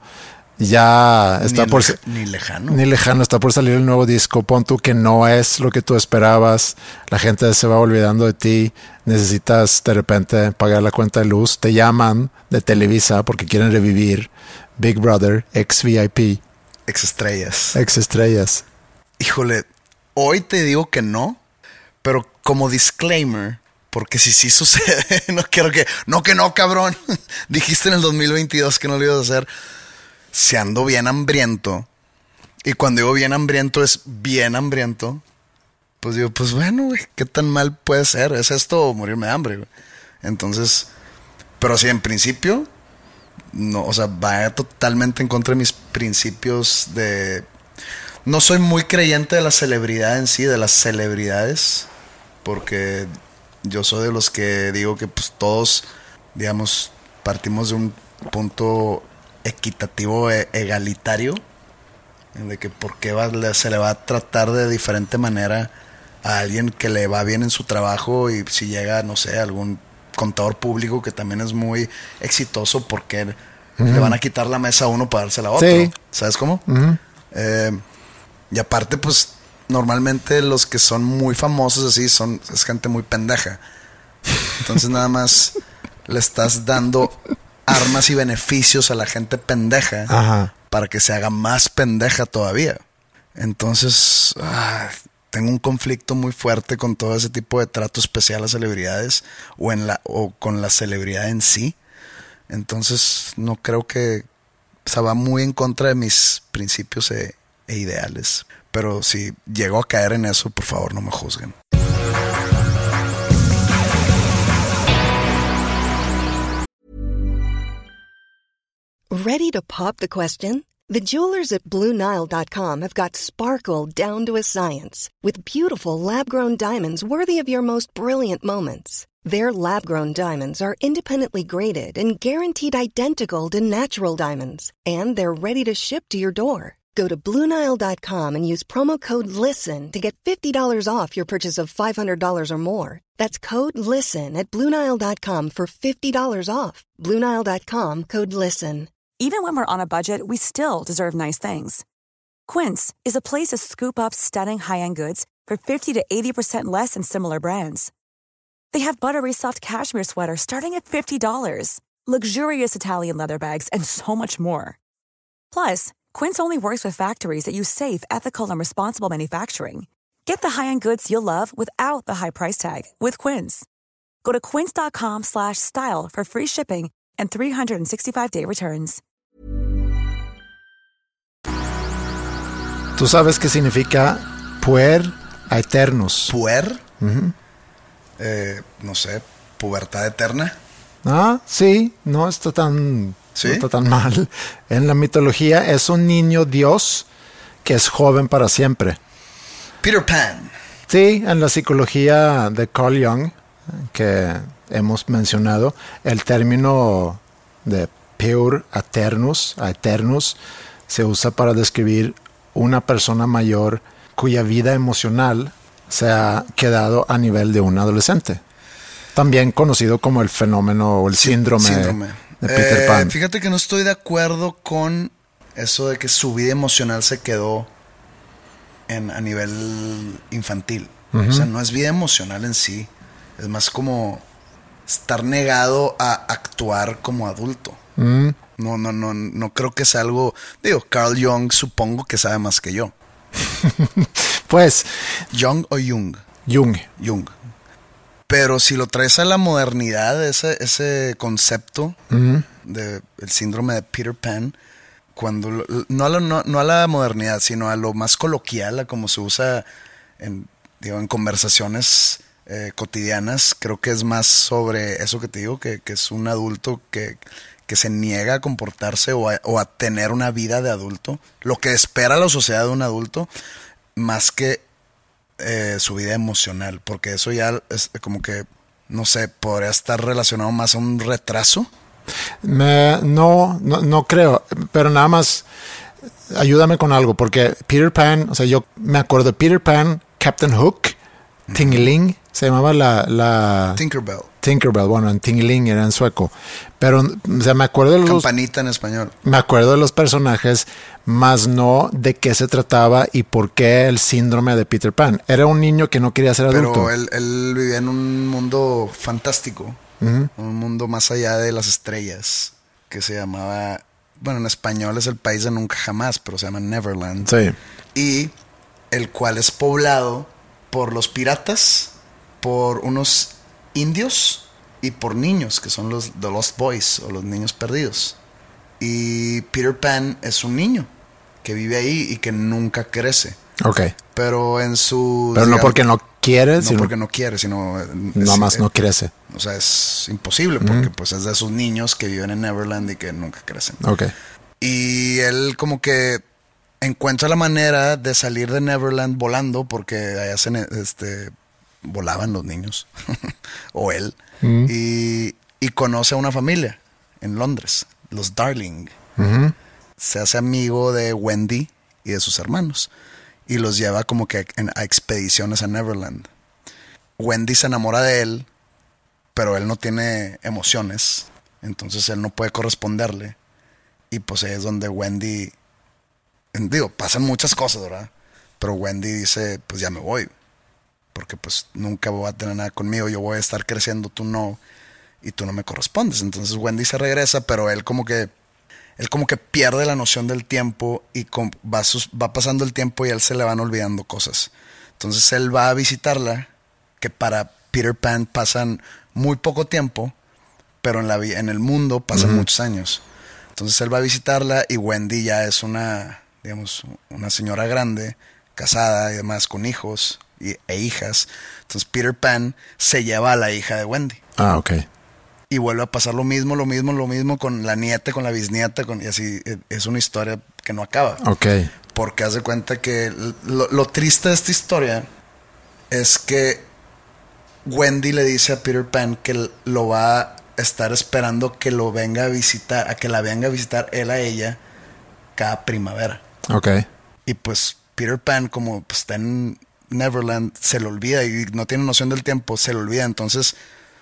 Ya está ni por lej- ni lejano ni lejano está por salir el nuevo disco. Pon tú que no es lo que tú esperabas, la gente se va olvidando de ti, necesitas de repente pagar la cuenta de luz, te llaman de Televisa porque quieren revivir Big Brother ex V I P, ex estrellas ex estrellas. Híjole, hoy te digo que no, pero como disclaimer, porque si sí sucede, no quiero que no que no cabrón dijiste en el dos mil veintidós que no lo ibas a hacer. Si ando bien hambriento, y cuando digo bien hambriento es bien hambriento, pues digo, pues bueno, güey, ¿qué tan mal puede ser? ¿Es esto o morirme de hambre, güey? Entonces, pero sí, en principio, no, o sea, va totalmente en contra de mis principios de... No soy muy creyente de la celebridad en sí, de las celebridades, porque yo soy de los que digo que pues todos, digamos, partimos de un punto equitativo, e- egalitario, de que por qué va, se le va a tratar de diferente manera a alguien que le va bien en su trabajo, y si llega, no sé, algún contador público que también es muy exitoso, porque uh-huh. le van a quitar la mesa a uno para dársela a otro. Sí. ¿Sabes cómo? Uh-huh. Eh, y aparte, pues, normalmente los que son muy famosos así son es gente muy pendeja. Entonces nada más le estás dando armas y beneficios a la gente pendeja. Ajá. Para que se haga más pendeja todavía. Entonces, ah, tengo un conflicto muy fuerte con todo ese tipo de trato especial a celebridades o, en la, o con la celebridad en sí. Entonces, no creo que... O sea, va muy en contra de mis principios e, e ideales. Pero si llego a caer en eso, por favor, no me juzguen. Ready to pop the question? The jewelers at Blue Nile dot com have got sparkle down to a science with beautiful lab-grown diamonds worthy of your most brilliant moments. Their lab-grown diamonds are independently graded and guaranteed identical to natural diamonds, and they're ready to ship to your door. Go to Blue Nile dot com and use promo code LISTEN to get fifty dollars off your purchase of five hundred dollars or more. That's code LISTEN at Blue Nile dot com for fifty dollars off. Blue Nile dot com, code LISTEN. Even when we're on a budget, we still deserve nice things. Quince is a place to scoop up stunning high-end goods for fifty to eighty percent less than similar brands. They have buttery soft cashmere sweaters starting at fifty dollars, luxurious Italian leather bags, and so much more. Plus, Quince only works with factories that use safe, ethical, and responsible manufacturing. Get the high-end goods you'll love without the high price tag with Quince. Go to quince.com slash style for free shipping and three sixty-five day returns. ¿Tú sabes qué significa puer a eternus? ¿Puer? Uh-huh. Eh, no sé, pubertad eterna. Ah, sí, no está tan, ¿Sí? no está tan mal. En la mitología es un niño dios que es joven para siempre. Peter Pan. Sí, en la psicología de Carl Jung, que hemos mencionado, el término de puer a eternus, a eternus se usa para describir una persona mayor cuya vida emocional se ha quedado a nivel de un adolescente. También conocido como el fenómeno o el sí, síndrome, síndrome de Peter eh, Pan. Fíjate que no estoy de acuerdo con eso de que su vida emocional se quedó en, a nivel infantil. Uh-huh. O sea, no es vida emocional en sí. Es más como estar negado a actuar como adulto. Uh-huh. No, no, no, no creo que sea algo... Digo, Carl Jung supongo que sabe más que yo. Pues... ¿Jung o Jung? Jung. Jung. Pero si lo traes a la modernidad, ese, ese concepto uh-huh. de el síndrome de Peter Pan, cuando lo, no, a lo, no, no a la modernidad, sino a lo más coloquial, a como se usa en, digo, en conversaciones eh, cotidianas, creo que es más sobre eso que te digo, que, que es un adulto que... que se niega a comportarse o a, o a tener una vida de adulto, lo que espera la sociedad de un adulto, más que eh, su vida emocional, porque eso ya es como que, no sé, podría estar relacionado más a un retraso. Me, no, no, no creo, pero nada más ayúdame con algo, porque Peter Pan, o sea, yo me acuerdo de Peter Pan, Captain Hook, uh-huh. Tingeling, se llamaba la, la... Tinkerbell. Tinkerbell, bueno, en Tingeling era en sueco. Pero, o sea, me acuerdo de los... Campanita en español. Me acuerdo de los personajes, más no de qué se trataba y por qué el síndrome de Peter Pan. Era un niño que no quería ser adulto. Pero él, él vivía en un mundo fantástico. Uh-huh. Un mundo más allá de las estrellas. Que se llamaba... Bueno, en español es el país de nunca jamás, pero se llama Neverland. Sí. Y el cual es poblado por los piratas, por unos... indios y por niños que son los The Lost Boys o los niños perdidos. Y Peter Pan es un niño que vive ahí y que nunca crece. Ok. Pero en su... Pero no porque no quiere, no sino... porque no quiere, sino... Nada más no crece. O sea, es imposible porque uh-huh. pues es de esos niños que viven en Neverland y que nunca crecen. Okay. Y él como que encuentra la manera de salir de Neverland volando porque allá se, este, volaban los niños. O él. Uh-huh. Y, y conoce a una familia en Londres, los Darling. Uh-huh. Se hace amigo de Wendy y de sus hermanos. Y los lleva como que en, a expediciones a Neverland. Wendy se enamora de él, pero él no tiene emociones. Entonces él no puede corresponderle. Y pues ahí es donde Wendy... Digo, pasan muchas cosas, ¿verdad? Pero Wendy dice, pues ya me voy. Porque pues nunca voy a tener nada conmigo. Yo voy a estar creciendo, tú no. Y tú no me correspondes. Entonces Wendy se regresa, pero él como que... Él como que pierde la noción del tiempo y con, va, sus, va pasando el tiempo y a él se le van olvidando cosas. Entonces él va a visitarla, que para Peter Pan pasan muy poco tiempo, pero en, la, en el mundo pasan uh-huh. muchos años. Entonces él va a visitarla y Wendy ya es una, digamos, una señora grande, casada y demás, con hijos y, e hijas. Entonces Peter Pan se lleva a la hija de Wendy. Ah, ok. Y vuelve a pasar lo mismo, lo mismo, lo mismo con la nieta, con la bisnieta, con, y así es una historia que no acaba. Ok. Porque haz de cuenta que lo, lo triste de esta historia es que Wendy le dice a Peter Pan que lo va a estar esperando que lo venga a visitar, a que la venga a visitar él a ella cada primavera. Ok. Y pues Peter Pan, como pues, está en Neverland, se le olvida y no tiene noción del tiempo, se le olvida. Entonces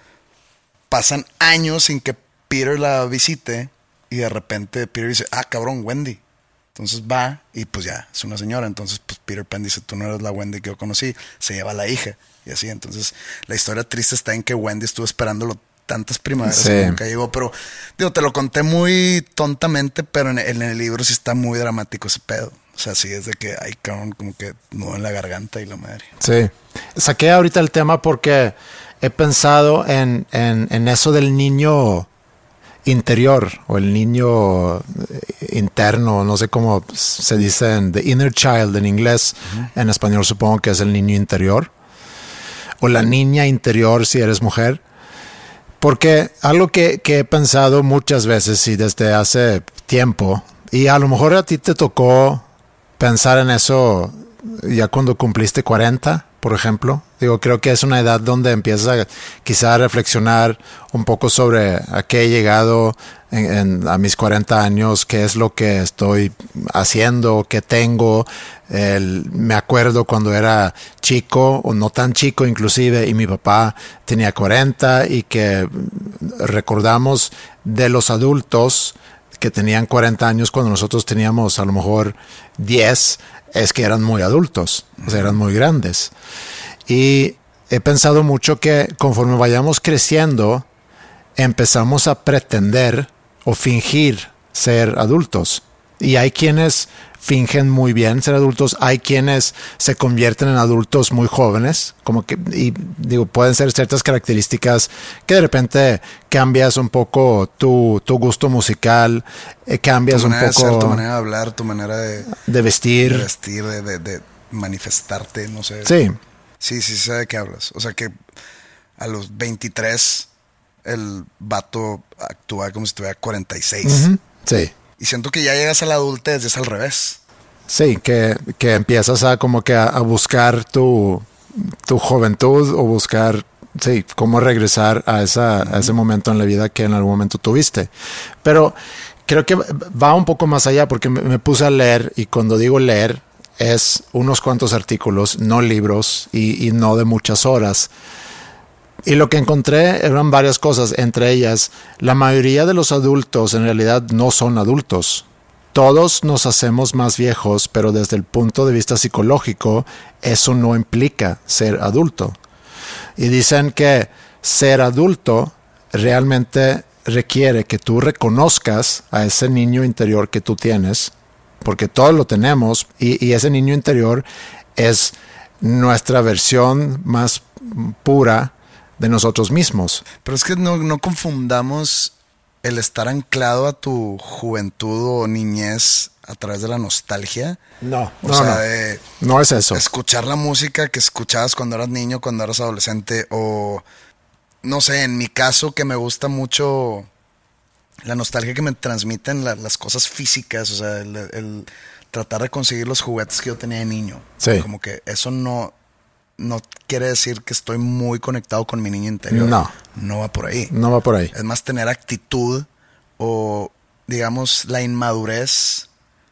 pasan años sin que Peter la visite y de repente Peter dice, ah, cabrón, Wendy. Entonces va y pues ya, es una señora. Entonces pues Peter Pan dice, tú no eres la Wendy que yo conocí. Se lleva a la hija y así. Entonces la historia triste está en que Wendy estuvo esperándolo tantas primaveras sí. y nunca llegó. Pero digo, te lo conté muy tontamente, pero en, en el libro sí está muy dramático ese pedo. O sea, sí es de que hay cabrón como que nudo en la garganta y la madre. Sí. Saqué ahorita el tema porque he pensado en, en, en eso del niño interior o el niño interno, no sé cómo se dice en the inner child en inglés, uh-huh. En español supongo que es el niño interior o la niña interior si eres mujer, porque algo que, que he pensado muchas veces y desde hace tiempo, y a lo mejor a ti te tocó pensar en eso ya cuando cumpliste cuarenta, por ejemplo. Digo, creo que es una edad donde empiezas a quizá a reflexionar un poco sobre a qué he llegado en, en, a mis cuarenta años, qué es lo que estoy haciendo, qué tengo. El, me acuerdo cuando era chico, o no tan chico inclusive, y mi papá tenía cuarenta y que recordamos de los adultos que tenían cuarenta años cuando nosotros teníamos a lo mejor diez, es que eran muy adultos, o sea, eran muy grandes. Y he pensado mucho que conforme vayamos creciendo, empezamos a pretender o fingir ser adultos. Y hay quienes fingen muy bien ser adultos, hay quienes se convierten en adultos muy jóvenes, como que, y digo, pueden ser ciertas características que de repente cambias un poco tu, tu gusto musical, eh, cambias un poco de ser, tu manera de hablar, tu manera de, de vestir, de, vestir de, de, de manifestarte, no sé. Sí. Sí, sí, sé de qué hablas. O sea que a los veintitrés el vato actúa como si tuviera cuarenta y seis. Uh-huh. Sí. Y siento que ya llegas a la adultez, es al revés. Sí, que, que empiezas a como que a, a buscar tu, tu juventud o buscar, sí, cómo regresar a, esa, uh-huh. a ese momento en la vida que en algún momento tuviste. Pero creo que va un poco más allá porque me, me puse a leer, y cuando digo leer es unos cuantos artículos, no libros y, y no de muchas horas. Y lo que encontré eran varias cosas, entre ellas, la mayoría de los adultos en realidad no son adultos. Todos nos hacemos más viejos, pero desde el punto de vista psicológico, eso no implica ser adulto. Y dicen que ser adulto realmente requiere que tú reconozcas a ese niño interior que tú tienes, porque todos lo tenemos, y, y ese niño interior es nuestra versión más pura de nosotros mismos. Pero es que no, no confundamos el estar anclado a tu juventud o niñez a través de la nostalgia. No, o no, sea, no. de no es eso. Escuchar la música que escuchabas cuando eras niño, cuando eras adolescente, o no sé, en mi caso que me gusta mucho la nostalgia que me transmiten la, las cosas físicas, o sea, el, el tratar de conseguir los juguetes que yo tenía de niño. Sí. Como que eso no, no quiere decir que estoy muy conectado con mi niño interior. No. No va por ahí. No va por ahí. Es más tener actitud o, digamos, la inmadurez.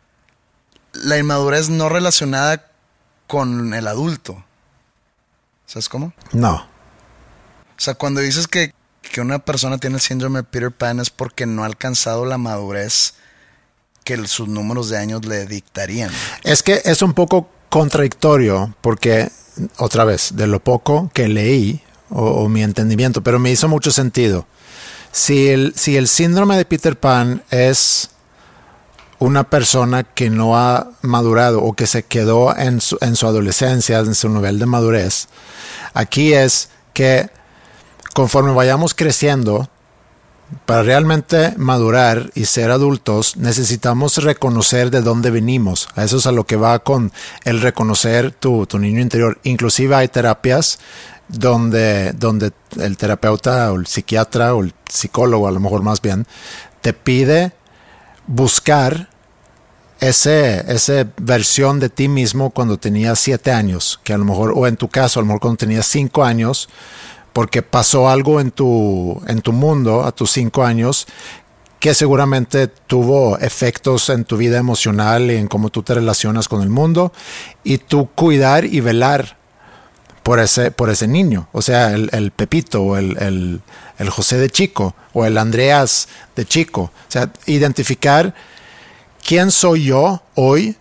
La inmadurez no relacionada con el adulto. ¿Sabes cómo? No. O sea, cuando dices que, que una persona tiene el síndrome de Peter Pan es porque no ha alcanzado la madurez que el, sus números de años le dictarían. Es que es un poco contradictorio porque, otra vez, de lo poco que leí o, o mi entendimiento, pero me hizo mucho sentido. Si el, si el síndrome de Peter Pan es una persona que no ha madurado o que se quedó en su, en su adolescencia, en su nivel de madurez, aquí es que conforme vayamos creciendo, para realmente madurar y ser adultos, necesitamos reconocer de dónde venimos. A eso es a lo que va con el reconocer tu, tu niño interior. Inclusive hay terapias donde, donde el terapeuta o el psiquiatra o el psicólogo, a lo mejor más bien, te pide buscar ese, esa versión de ti mismo cuando tenías siete años, que a lo mejor, o en tu caso, a lo mejor cuando tenías cinco años, porque pasó algo en tu, en tu mundo a tus cinco años que seguramente tuvo efectos en tu vida emocional y en cómo tú te relacionas con el mundo, y tú cuidar y velar por ese, por ese niño. O sea, el, el Pepito o el, el, el José de chico o el Andreas de chico. O sea, identificar quién soy yo hoy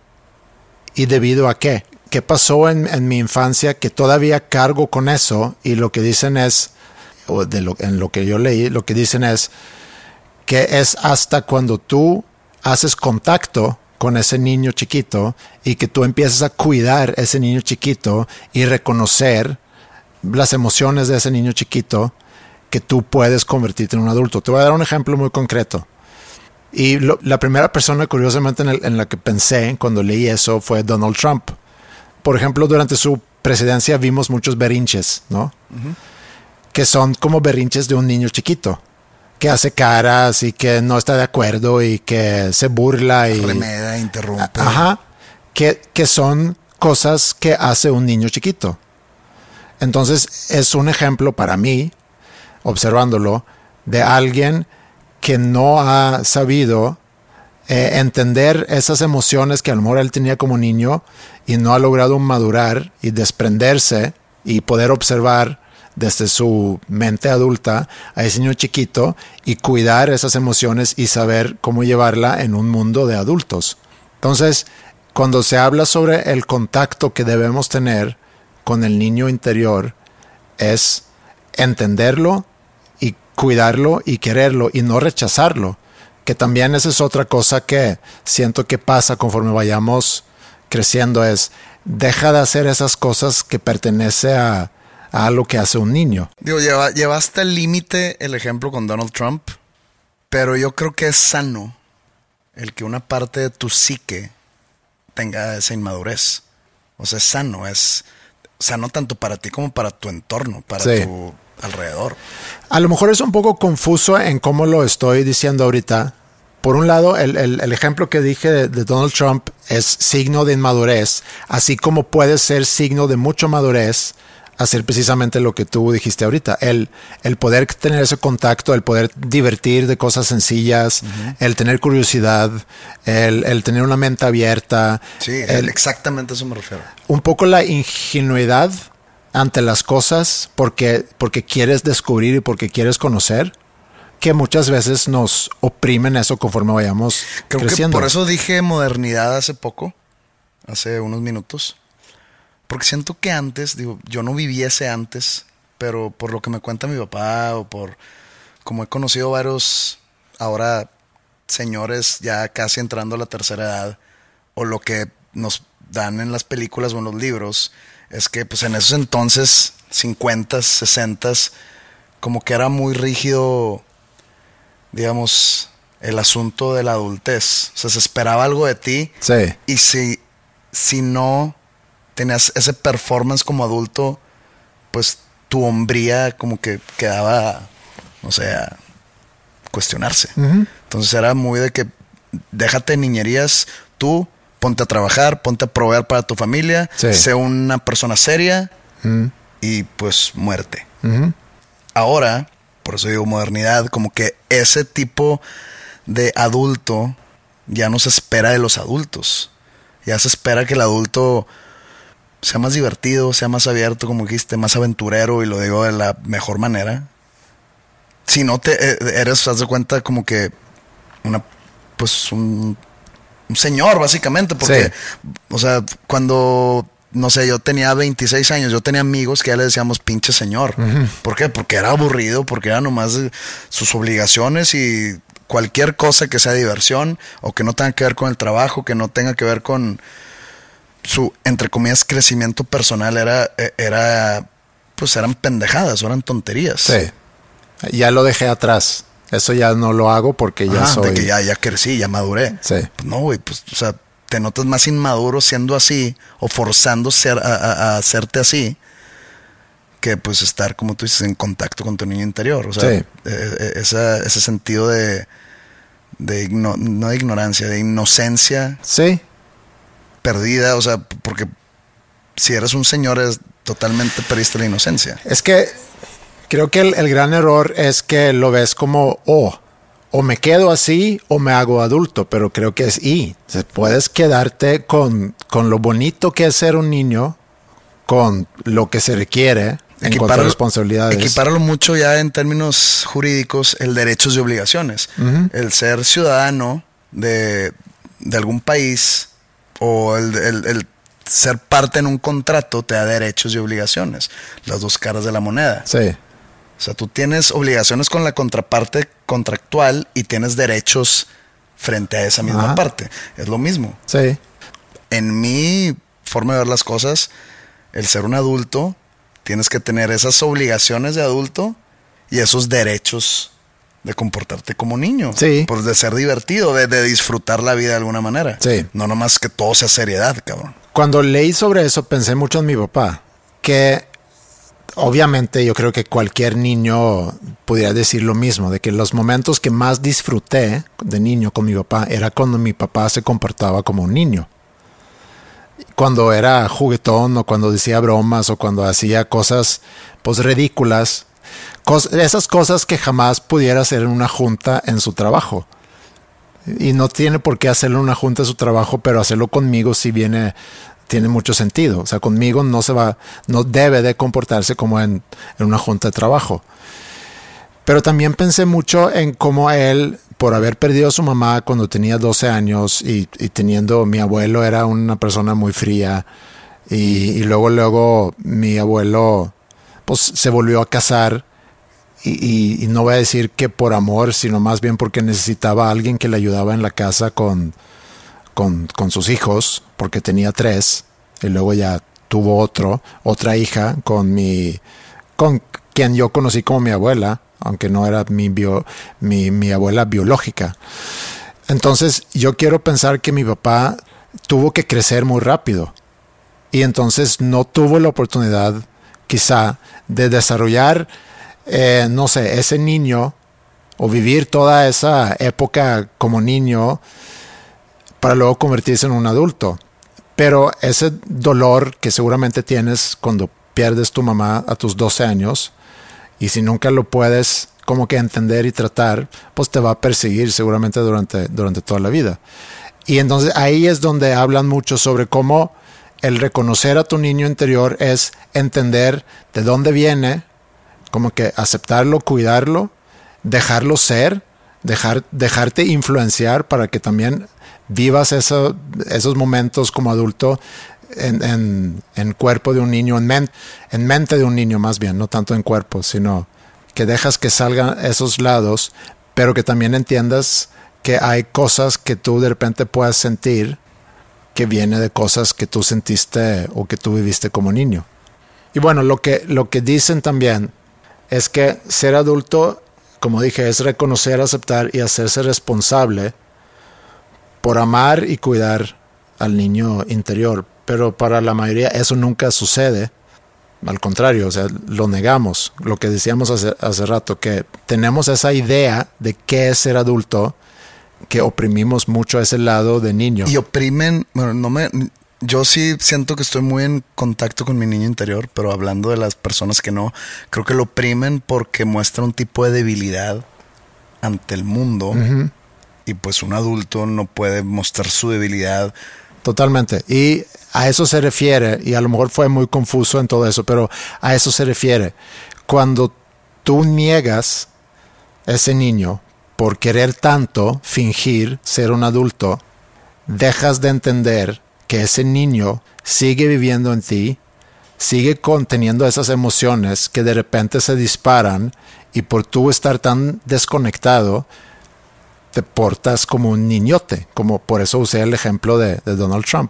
y debido a qué. ¿Qué pasó en, en mi infancia que todavía cargo con eso? Y lo que dicen es, o de lo, en lo que yo leí, lo que dicen es que es hasta cuando tú haces contacto con ese niño chiquito y que tú empiezas a cuidar a ese niño chiquito y reconocer las emociones de ese niño chiquito, que tú puedes convertirte en un adulto. Te voy a dar un ejemplo muy concreto. Y lo, la primera persona, curiosamente, en, el, en la que pensé cuando leí eso fue Donald Trump. Por ejemplo, durante su presidencia vimos muchos berrinches, ¿no? Uh-huh. Que son como berrinches de un niño chiquito, que hace caras y que no está de acuerdo y que se burla y remeda, interrumpe. Ajá, que, que son cosas que hace un niño chiquito. Entonces es un ejemplo para mí, observándolo, de alguien que no ha sabido eh, entender esas emociones que a lo mejor él tenía como niño y no ha logrado madurar y desprenderse y poder observar desde su mente adulta a ese niño chiquito y cuidar esas emociones y saber cómo llevarla en un mundo de adultos. Entonces, cuando se habla sobre el contacto que debemos tener con el niño interior, es entenderlo y cuidarlo y quererlo y no rechazarlo, que también esa es otra cosa que siento que pasa conforme vayamos creciendo, es deja de hacer esas cosas que pertenece a, a lo que hace un niño. Digo, lleva, llevaste al límite el ejemplo con Donald Trump, pero yo creo que es sano el que una parte de tu psique tenga esa inmadurez. O sea, es sano, es sano tanto para ti como para tu entorno, para sí. tu alrededor. A lo mejor es un poco confuso en cómo lo estoy diciendo ahorita. Por un lado, el, el, el ejemplo que dije de, de Donald Trump es signo de inmadurez, así como puede ser signo de mucha madurez hacer precisamente lo que tú dijiste ahorita, el, el poder tener ese contacto, el poder divertir de cosas sencillas, uh-huh. el tener curiosidad, el, el tener una mente abierta. Sí, el, exactamente a eso me refiero. Un poco la ingenuidad ante las cosas porque, porque quieres descubrir y porque quieres conocer, que muchas veces nos oprimen eso conforme vayamos Creo creciendo. Que por eso dije modernidad hace poco, hace unos minutos. Porque siento que antes, digo, yo no viví ese antes, pero por lo que me cuenta mi papá o por como he conocido varios ahora señores ya casi entrando a la tercera edad, o lo que nos dan en las películas o en los libros, es que pues en esos entonces, cincuenta, sesenta, como que era muy rígido, digamos, el asunto de la adultez. O sea, se esperaba algo de ti. Sí. Y si, si no tenías ese performance como adulto, pues tu hombría como que quedaba, o sea, cuestionarse. Uh-huh. Entonces era muy de que déjate de niñerías, tú ponte a trabajar, ponte a proveer para tu familia, sí. sé una persona seria uh-huh. y pues muerte. Uh-huh. Ahora, por eso digo modernidad, como que ese tipo de adulto ya no se espera de los adultos. Ya se espera que el adulto sea más divertido, sea más abierto, como dijiste, más aventurero, y lo digo de la mejor manera. Si no te eres, haz de cuenta, como que una, pues un, un señor, básicamente, porque, sí. o sea, cuando, no sé, yo tenía veintiséis años, yo tenía amigos que ya le decíamos pinche señor. Uh-huh. ¿Por qué? Porque era aburrido, porque era nomás sus obligaciones y cualquier cosa que sea diversión o que no tenga que ver con el trabajo, que no tenga que ver con su, entre comillas, crecimiento personal, era, era pues eran pendejadas, eran tonterías. Sí, ya lo dejé atrás. Eso ya no lo hago porque ya Ajá, soy... de que ya, ya crecí, ya maduré. Sí. Pues no, güey, pues, o sea, te notas más inmaduro siendo así o forzando ser, a, a, a hacerte así, que pues estar, como tú dices, en contacto con tu niño interior. O sea, sí. eh, esa, ese sentido de, de igno, no de ignorancia, de inocencia. Sí. Perdida, o sea, porque si eres un señor, es totalmente perdiste la inocencia. Es que creo que el, el gran error es que lo ves como, oh, o me quedo así o me hago adulto, pero creo que es y. O sea, puedes quedarte con, con lo bonito que es ser un niño, con lo que se requiere en cuanto a responsabilidades. Equipáralo mucho ya en términos jurídicos, el derechos y obligaciones. Uh-huh. El ser ciudadano de, de algún país o el, el, el ser parte en un contrato te da derechos y obligaciones. Las dos caras de la moneda. Sí. O sea, tú tienes obligaciones con la contraparte contractual y tienes derechos frente a esa misma Ajá. parte. Es lo mismo. Sí. En mi forma de ver las cosas, el ser un adulto, tienes que tener esas obligaciones de adulto y esos derechos de comportarte como niño. Sí. Por de ser divertido, de, de disfrutar la vida de alguna manera. Sí. No nomás que todo sea seriedad, cabrón. Cuando leí sobre eso, pensé mucho en mi papá, que obviamente yo creo que cualquier niño pudiera decir lo mismo, de que los momentos que más disfruté de niño con mi papá era cuando mi papá se comportaba como un niño. Cuando era juguetón o cuando decía bromas o cuando hacía cosas pues ridículas, cos- esas cosas que jamás pudiera hacer en una junta en su trabajo. Y no tiene por qué hacerlo en una junta en su trabajo, pero hacerlo conmigo sí viene, tiene mucho sentido. O sea, conmigo no se va, no debe de comportarse como en, en una junta de trabajo. Pero también pensé mucho en cómo él, por haber perdido a su mamá cuando tenía doce años y, y teniendo, mi abuelo era una persona muy fría y, y luego, luego mi abuelo pues se volvió a casar y, y, y no voy a decir que por amor, sino más bien porque necesitaba a alguien que le ayudaba en la casa con, con, con sus hijos, porque tenía tres y luego ya tuvo otro, otra hija con mi, con quien yo conocí como mi abuela, aunque no era mi, bio, mi, mi abuela biológica. Entonces yo quiero pensar que mi papá tuvo que crecer muy rápido y entonces no tuvo la oportunidad quizá de desarrollar, eh, no sé, ese niño o vivir toda esa época como niño para luego convertirse en un adulto. Pero ese dolor que seguramente tienes cuando pierdes tu mamá a tus doce años, y si nunca lo puedes como que entender y tratar, pues te va a perseguir seguramente durante, durante toda la vida. Y entonces ahí es donde hablan mucho sobre cómo el reconocer a tu niño interior es entender de dónde viene, como que aceptarlo, cuidarlo, dejarlo ser, dejar, dejarte influenciar para que también vivas eso, esos momentos como adulto En, en, en cuerpo de un niño, en, men, en mente de un niño más bien, no tanto en cuerpo, sino que dejas que salgan esos lados, pero que también entiendas que hay cosas que tú de repente puedas sentir que viene de cosas que tú sentiste o que tú viviste como niño. Y bueno, lo que, lo que dicen también es que ser adulto, como dije, es reconocer, aceptar y hacerse responsable por amar y cuidar al niño interior. Pero para la mayoría eso nunca sucede Al contrario, o sea, lo negamos. Lo que decíamos hace, hace rato, que tenemos esa idea de qué es ser adulto, que oprimimos mucho a ese lado de niño. Y oprimen, bueno, no me, yo sí siento que estoy muy en contacto con mi niño interior, pero hablando de las personas que no, creo que lo oprimen porque muestra un tipo de debilidad ante el mundo. Uh-huh. Y pues un adulto no puede mostrar su debilidad. Totalmente. Y a eso se refiere, y a lo mejor fue muy confuso en todo eso, pero a eso se refiere. Cuando tú niegas a ese niño por querer tanto fingir ser un adulto, dejas de entender que ese niño sigue viviendo en ti, sigue conteniendo esas emociones que de repente se disparan, y por tú estar tan desconectado, te portas como un niñote, como por eso usé el ejemplo de, de Donald Trump.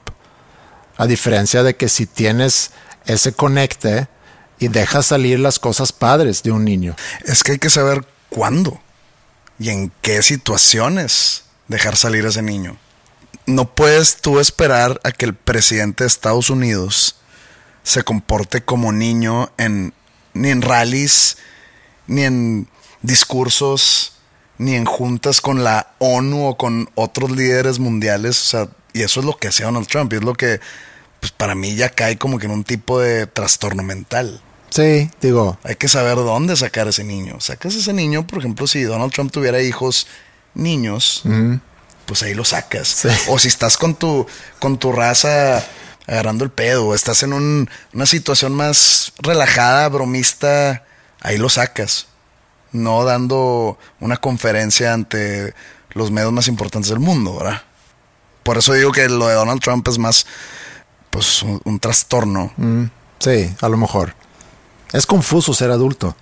A diferencia de que si tienes ese conecte y dejas salir las cosas padres de un niño. Es que hay que saber cuándo y en qué situaciones dejar salir a ese niño. No puedes tú esperar a que el presidente de Estados Unidos se comporte como niño en, ni en rallies, ni en discursos, ni en juntas con la ONU o con otros líderes mundiales. O sea, y eso es lo que hacía Donald Trump. Y es lo que, pues para mí ya cae como que en un tipo de trastorno mental. Sí, digo. Hay que saber dónde sacar a ese niño. Sacas a ese niño, por ejemplo, si Donald Trump tuviera hijos niños, mm. pues ahí lo sacas. Sí. O si estás con tu, con tu raza agarrando el pedo, o estás en un, una situación más relajada, bromista, ahí lo sacas. No dando una conferencia ante los medios más importantes del mundo, ¿verdad? Por eso digo que lo de Donald Trump es más, pues, un, un trastorno. Mm, sí, a lo mejor. Es confuso ser adulto.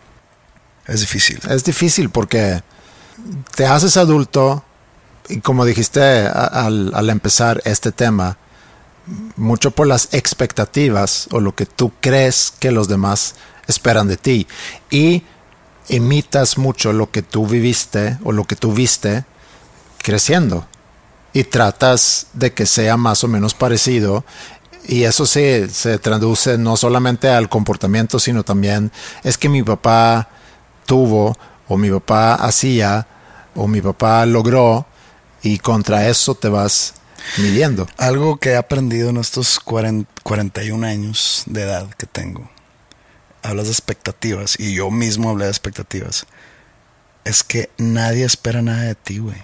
Es difícil. Es difícil porque te haces adulto y, como dijiste a, al, al empezar este tema, mucho por las expectativas o lo que tú crees que los demás esperan de ti. Y imitas mucho lo que tú viviste o lo que tú viste creciendo y tratas de que sea más o menos parecido, y eso se, se traduce no solamente al comportamiento, sino también es que mi papá tuvo o mi papá hacía o mi papá logró, y contra eso te vas midiendo. Algo que he aprendido en estos cuarenta, cuarenta y un años de edad que tengo, hablas de expectativas, y yo mismo hablé de expectativas, es que nadie espera nada de ti, güey.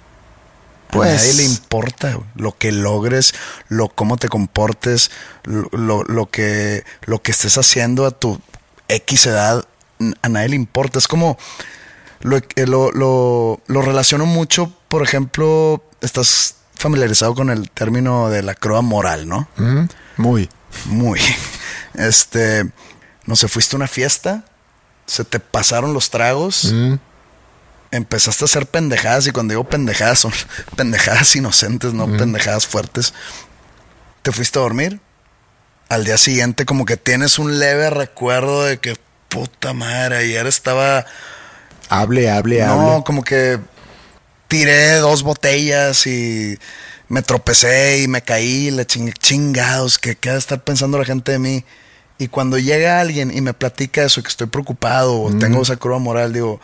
A pues, nadie le importa, güey, lo que logres, lo cómo te comportes, lo, lo, lo que lo que estés haciendo a tu X edad, a nadie le importa. Es como lo, lo, lo, lo relaciono mucho, por ejemplo, estás familiarizado con el término de la cruda moral, ¿no? Mm, muy. Muy. Este... No sé, fuiste a una fiesta, se te pasaron los tragos, mm. empezaste a hacer pendejadas, y cuando digo pendejadas son pendejadas inocentes, no mm. pendejadas fuertes. Te fuiste a dormir, al día siguiente como que tienes un leve recuerdo de que puta madre, ayer estaba... Hable, hable, no, hable. No, como que tiré dos botellas y me tropecé y me caí, le chingué, chingados, que qué ha de estar pensando la gente de mí. Y cuando llega alguien y me platica eso, que estoy preocupado o mm. tengo esa curva moral, digo,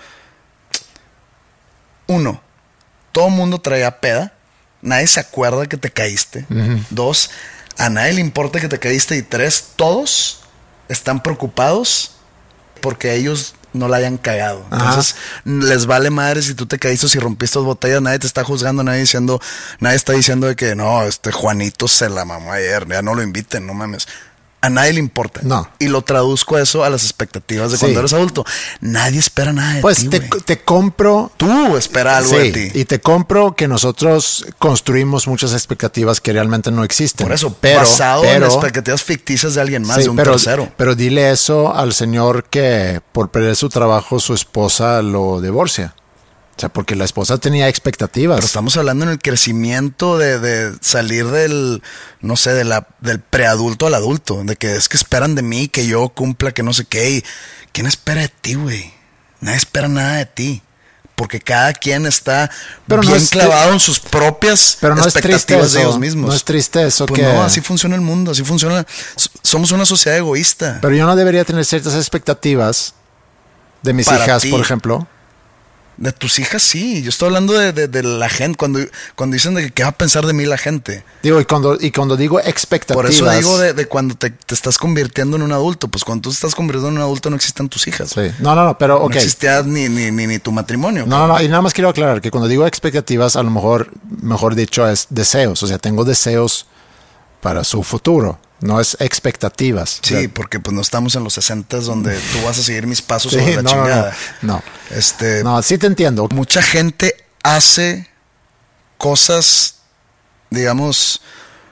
uno, todo el mundo traía peda, nadie se acuerda que te caíste. Mm-hmm. Dos, a nadie le importa que te caíste. Y tres, todos están preocupados porque ellos no la hayan cagado. Entonces, ajá, les vale madre si tú te caíste o si rompiste dos botellas. Nadie te está juzgando, nadie diciendo, nadie está diciendo de que no, este Juanito se la mamó ayer, ya no lo inviten, no mames. A nadie le importa. No. Y lo traduzco eso a las expectativas de sí. cuando eres adulto. Nadie espera nada de pues ti, te, te compro. Tú espera algo sí, de ti. Y te compro que nosotros construimos muchas expectativas que realmente no existen. Por eso, pero, basado pero, en expectativas ficticias de alguien más, sí, de un pero, tercero. Pero dile eso al señor que por perder su trabajo su esposa lo divorcia. O sea, porque la esposa tenía expectativas. Pero estamos hablando en el crecimiento de, de salir del, no sé, de la, del preadulto al adulto. De que es que esperan de mí que yo cumpla, que no sé qué. Y ¿quién espera de ti, güey? Nadie espera nada de ti. porque cada quien está pero bien no es clavado en sus propias pero no expectativas es de eso, ellos mismos. No es triste eso pues que... no, así funciona el mundo, así funciona. Somos una sociedad egoísta. Pero yo no debería tener ciertas expectativas de mis Para hijas, ti. por ejemplo. De tus hijas, sí. Yo estoy hablando de, de, de la gente. Cuando, cuando dicen de que qué va a pensar de mí la gente. Digo, y cuando, y cuando digo expectativas... Por eso digo de, de cuando te, te estás convirtiendo en un adulto. Pues cuando tú te estás convirtiendo en un adulto no existen tus hijas. Sí. No, no, no, pero ok. No existía ni, ni, ni, ni tu matrimonio. No, no, no. Y nada más quiero aclarar que cuando digo expectativas, a lo mejor, mejor dicho, es deseos. O sea, tengo deseos para su futuro. No es expectativas. Sí, o sea, porque pues no estamos en los sesentas donde tú vas a seguir mis pasos sí, sobre la no, chingada. No, no. Este, No, sí te entiendo. Mucha gente hace cosas, digamos,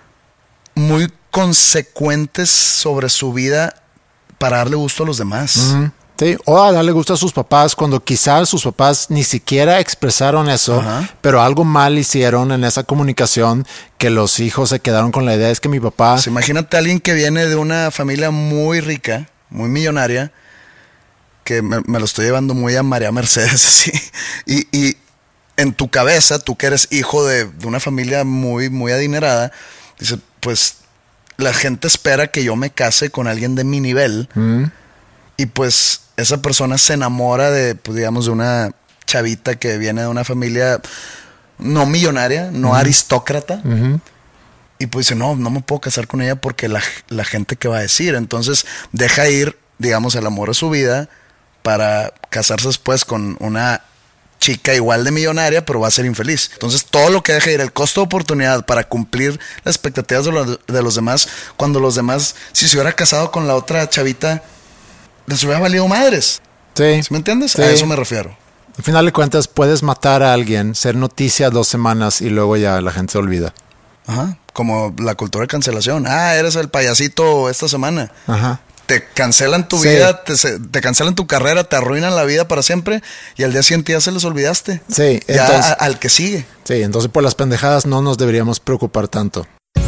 muy consecuentes sobre su vida para darle gusto a los demás. Uh-huh. Sí, o a darle gusto a sus papás cuando quizás sus papás ni siquiera expresaron eso, Ajá. pero algo mal hicieron en esa comunicación que los hijos se quedaron con la idea es que mi papá... Pues imagínate a alguien que viene de una familia muy rica, muy millonaria, que me, me lo estoy llevando muy a María Mercedes, así, y, y en tu cabeza, tú que eres hijo de, de una familia muy, muy adinerada, dices, pues la gente espera que yo me case con alguien de mi nivel, Mm. y pues esa persona se enamora de, pues digamos, de una chavita que viene de una familia no millonaria, no Mm. aristócrata, Uh-huh. y pues dice, no, no me puedo casar con ella porque la, la gente que va a decir. Entonces deja ir, digamos, el amor a su vida para casarse después con una chica igual de millonaria, pero va a ser infeliz. Entonces todo lo que deja ir, el costo de oportunidad para cumplir las expectativas de los, de los demás, cuando los demás, si se hubiera casado con la otra chavita, les hubiera valido madres. Sí. ¿Sí me entiendes? Sí. A eso me refiero. Al final de cuentas, puedes matar a alguien, ser noticia dos semanas y luego ya la gente se olvida. Ajá. Como la cultura de cancelación. Ah, eres el payasito esta semana. Ajá. Te cancelan tu Sí. vida, te, te cancelan tu carrera, te arruinan la vida para siempre y al día siguiente ya se les olvidaste. Sí, Ya entonces- a- al que sigue. Sí, entonces por las pendejadas no nos deberíamos preocupar tanto.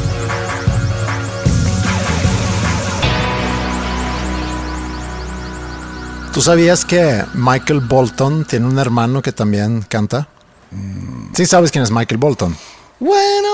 ¿Tú sabías que Michael Bolton tiene un hermano que también canta? Mm. Sí sabes quién es Michael Bolton. When a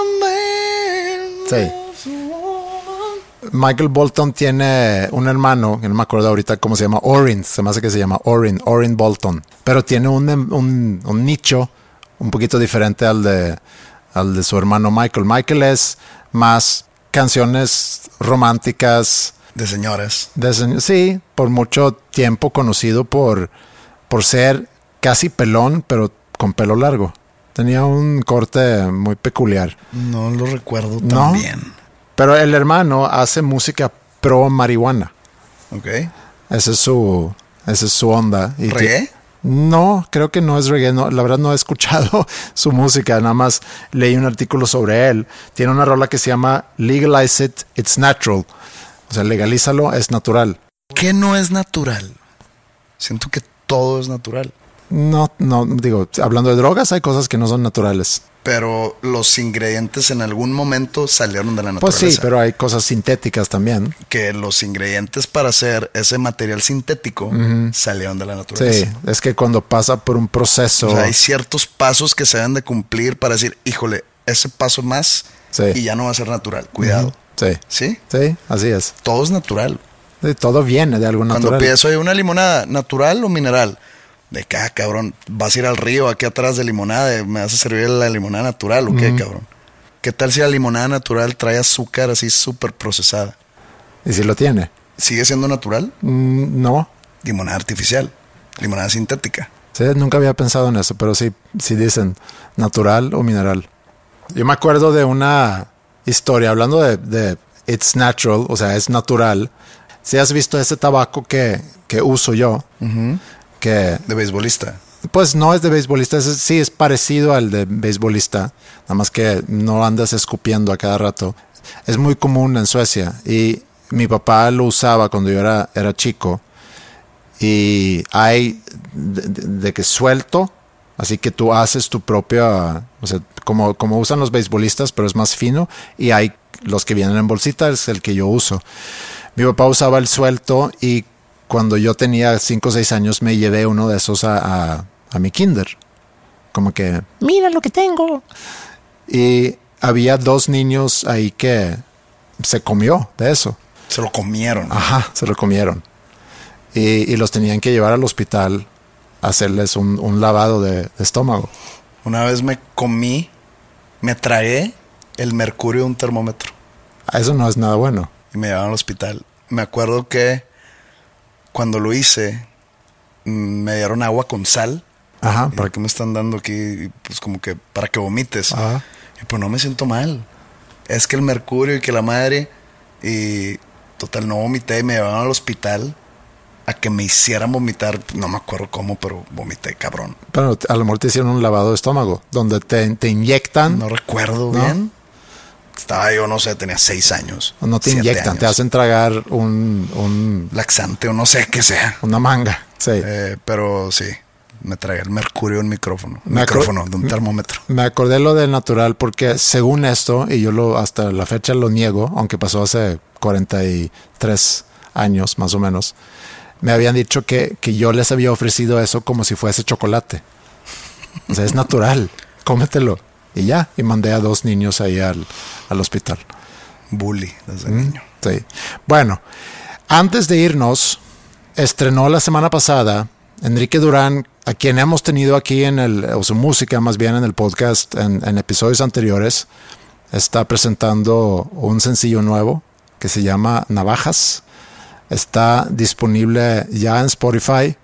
man Sí. loves a woman. Michael Bolton tiene un hermano, que no me acuerdo ahorita cómo se llama, Orin, se me hace que se llama Orin, Orin Bolton. Pero tiene un, un, un nicho un poquito diferente al de, al de su hermano Michael. Michael es más canciones románticas. De señoras. De señ- sí, por mucho tiempo conocido por, por ser casi pelón, pero con pelo largo. Tenía un corte muy peculiar. No lo recuerdo tan ¿No? bien. Pero el hermano hace música pro marihuana. Ok. Esa es su, esa es su onda. Y ¿Reggae? ti- No, creo que no es reggae. No, la verdad no he escuchado su música. Nada más leí un artículo sobre él. Tiene una rola que se llama Legalize It, It's Natural. O sea, legalízalo, es natural. ¿Qué no es natural? Siento que todo es natural. No, no, digo, hablando de drogas, hay cosas que no son naturales. Pero los ingredientes en algún momento salieron de la Pues naturaleza. sí, pero hay cosas sintéticas también. Que los ingredientes para hacer ese material sintético salieron de la naturaleza. Sí, es que cuando pasa por un proceso... O sea, hay ciertos pasos que se deben de cumplir para decir, híjole, ese paso más Sí. y ya no va a ser natural. Cuidado. Sí, ¿Sí? sí, así es. Todo es natural. Sí, todo viene de algo Cuando natural. pides, oye, una limonada, ¿natural o mineral? De acá, cabrón, vas a ir al río aquí atrás de limonada, ¿me vas a servir la limonada natural o qué, cabrón? ¿Qué tal si la limonada natural trae azúcar así súper procesada? ¿Y si lo tiene? ¿Sigue siendo natural? Mm, no. Limonada artificial, limonada sintética. Sí, nunca había pensado en eso, pero sí, sí dicen natural o mineral. Yo me acuerdo de una historia hablando de, de it's natural, o sea, es natural. Si has visto ese tabaco que, que uso yo, que De beisbolista. pues no es de beisbolista, es, sí es parecido al de beisbolista, nada más que no andas escupiendo a cada rato. Es muy común en Suecia y mi papá lo usaba cuando yo era, era chico. Y hay de, de- de que suelto, así que tú haces tu propia, o sea, como, como usan los beisbolistas, pero es más fino. Y hay los que vienen en bolsita, es el que yo uso. Mi papá usaba el suelto y cuando yo tenía cinco o seis años me llevé uno de esos a, a, a mi kinder. como que, mira lo que tengo. Y había dos niños ahí que se comió de eso. Se lo comieron. Ajá, se lo comieron. Y, y los tenían que llevar al hospital a hacerles un, un lavado de, de estómago. Una vez me comí, me tragué el mercurio de un termómetro. Eso no es nada bueno. Y me llevaron al hospital. Me acuerdo que cuando lo hice, me dieron agua con sal. Ajá. ¿Para qué me están dando aquí? Pues como que para que vomites. Ajá. Y pues no me siento mal. Es que el mercurio y que la madre... Y total, no vomité y me llevaron al hospital a que me hicieran vomitar. No me acuerdo cómo, pero vomité, cabrón. Pero a lo mejor te hicieron un lavado de estómago, donde te, te inyectan. No recuerdo ¿no? bien. Estaba yo, no sé, tenía seis años. No te inyectan, años. Te hacen tragar un, un... laxante o no sé qué sea. Una manga, sí. Eh, pero sí, me tragué el mercurio en micrófono. Me micrófono de un termómetro. Me acordé lo del natural porque según esto, y yo lo hasta la fecha lo niego, aunque pasó hace cuarenta y tres años más o menos, me habían dicho que, que yo les había ofrecido eso como si fuese chocolate. O sea, es natural, cómetelo. Y ya, y mandé a dos niños ahí al, al hospital. Bully desde mm, niño. Sí. Bueno, antes de irnos, estrenó la semana pasada Enrique Durán, a quien hemos tenido aquí en el, o su música más bien en el podcast en, en episodios anteriores. Está presentando un sencillo nuevo que se llama Navajas. Está disponible ya en Spotify.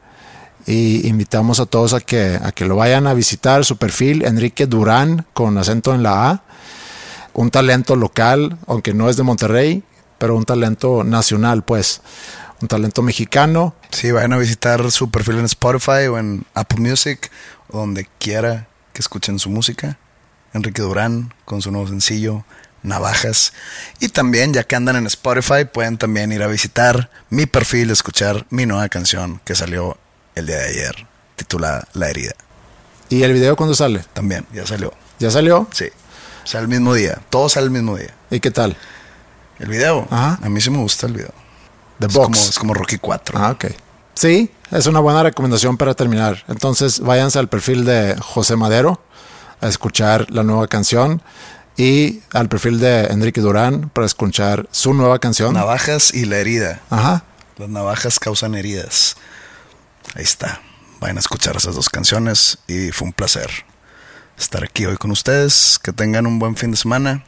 Y invitamos a todos a que, a que lo vayan a visitar. Su perfil, Enrique Durán, con acento en la A. Un talento local, aunque no es de Monterrey, pero un talento nacional, pues. Un talento mexicano. Sí, vayan a visitar su perfil en Spotify o en Apple Music, o donde quiera que escuchen su música. Enrique Durán, con su nuevo sencillo, Navajas. Y también, ya que andan en Spotify, pueden también ir a visitar mi perfil, escuchar mi nueva canción que salió el día de ayer, titulada La Herida. ¿Y el video cuándo sale? También, ya salió. ¿Ya salió? Sí, sale el mismo día. Todo sale el mismo día. ¿Y qué tal? El video. Ajá. A mí sí me gusta el video. The es Box. Como, es como Rocky cuatro. Ah, ok. Sí, es una buena recomendación para terminar. Entonces, váyanse al perfil de José Madero a escuchar la nueva canción y al perfil de Enrique Durán para escuchar su nueva canción. Navajas y La Herida. Ajá. Las navajas causan heridas. Ahí está. Vayan a escuchar esas dos canciones y fue un placer estar aquí hoy con ustedes. Que tengan un buen fin de semana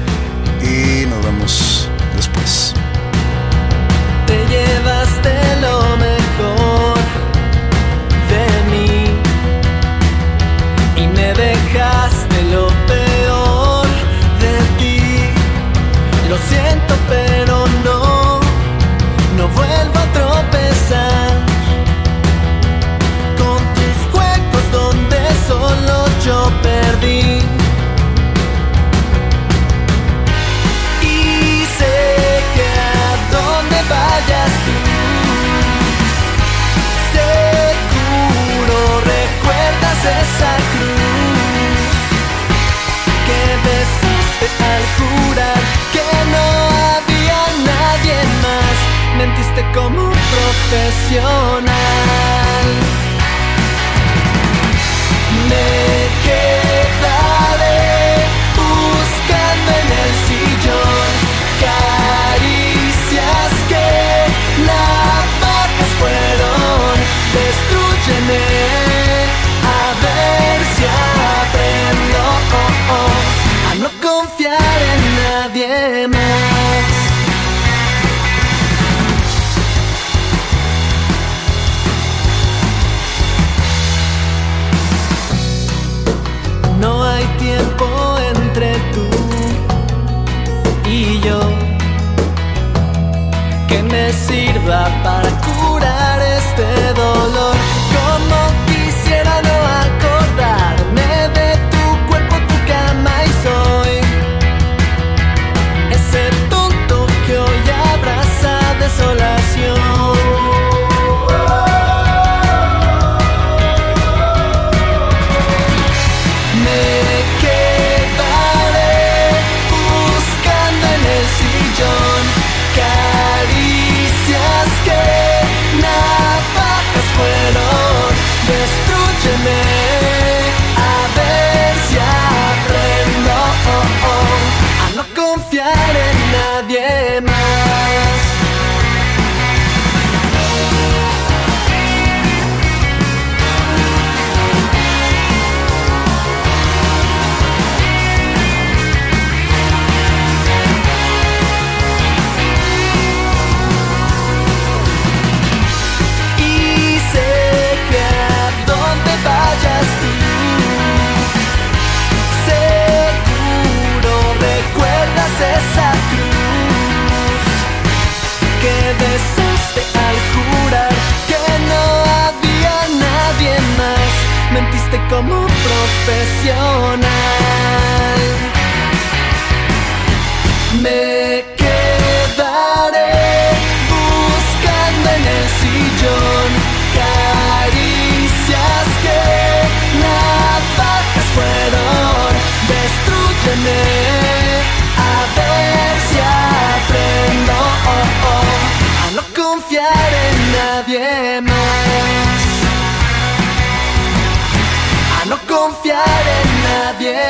y nos vemos después. Te llevaste lo mejor de mí y me dejaste lo peor de ti. Lo siento, pero no, no vuelvo a tropezar con tus juegos donde solo yo perdí. Y sé que a donde vayas tú, seguro recuerdas esa cruz que besaste al jurar que no había nadie más. Mentiste como profesional. Me quedaré buscando en el sillón caricias que navajas fueron. Destrúyeme a ver si aprendo oh, oh, a no confiar en nadie más. No hay tiempo entre tú y yo que me sirva para curar este dolor. Como quisiera no acordarme de tu cuerpo, tu cama y soy ese tonto que hoy abraza desolación. Me quedaré buscando en el sillón caricias que navajas fueron. Destrúyeme besaste al jurar que no había nadie más. Mentiste como profesional. Me quedaré buscando en el sillón caricias que navajas fueron. Destrúyeme a ver si aprendo oh, oh, a no confiar en nadie más, a no confiar en nadie.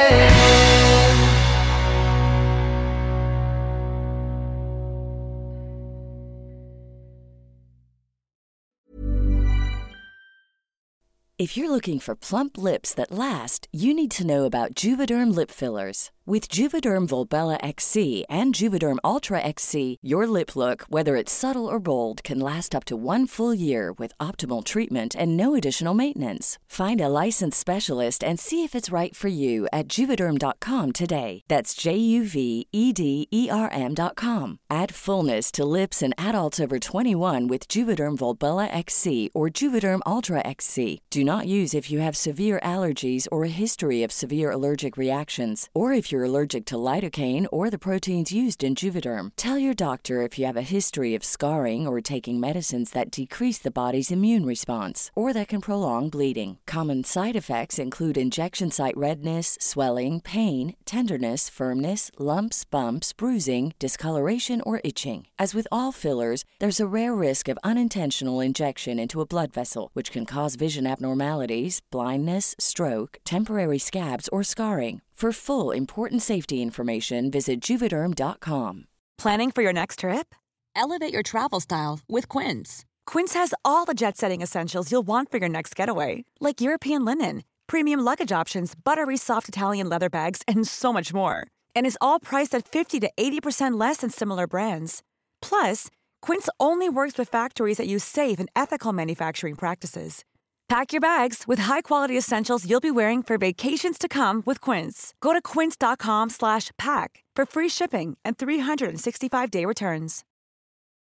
If you're looking for plump lips that last, you need to know about Juvederm lip fillers. With Juvederm Volbella X C and Juvederm Ultra X C, your lip look, whether it's subtle or bold, can last up to one full year with optimal treatment and no additional maintenance. Find a licensed specialist and see if it's right for you at Juvederm dot com today. That's J U V E D E R M dot com. Add fullness to lips in adults over twenty-one with Juvederm Volbella X C or Juvederm Ultra X C. Do not use if you have severe allergies or a history of severe allergic reactions, or if you're allergic to lidocaine or the proteins used in Juvederm. Tell your doctor if you have a history of scarring or taking medicines that decrease the body's immune response or that can prolong bleeding. Common side effects include injection site redness, swelling, pain, tenderness, firmness, lumps, bumps, bruising, discoloration, or itching. As with all fillers, there's a rare risk of unintentional injection into a blood vessel, which can cause vision abnormalities, blindness, stroke, temporary scabs, or scarring. For full, important safety information, visit Juvederm dot com. Planning for your next trip? Elevate your travel style with Quince. Quince has all the jet-setting essentials you'll want for your next getaway, like European linen, premium luggage options, buttery soft Italian leather bags, and so much more. And is all priced at fifty to eighty percent less than similar brands. Plus, Quince only works with factories that use safe and ethical manufacturing practices. Pack your bags with high-quality essentials you'll be wearing for vacations to come with Quince. Go to quince dot com slash pack for free shipping and three sixty-five day returns.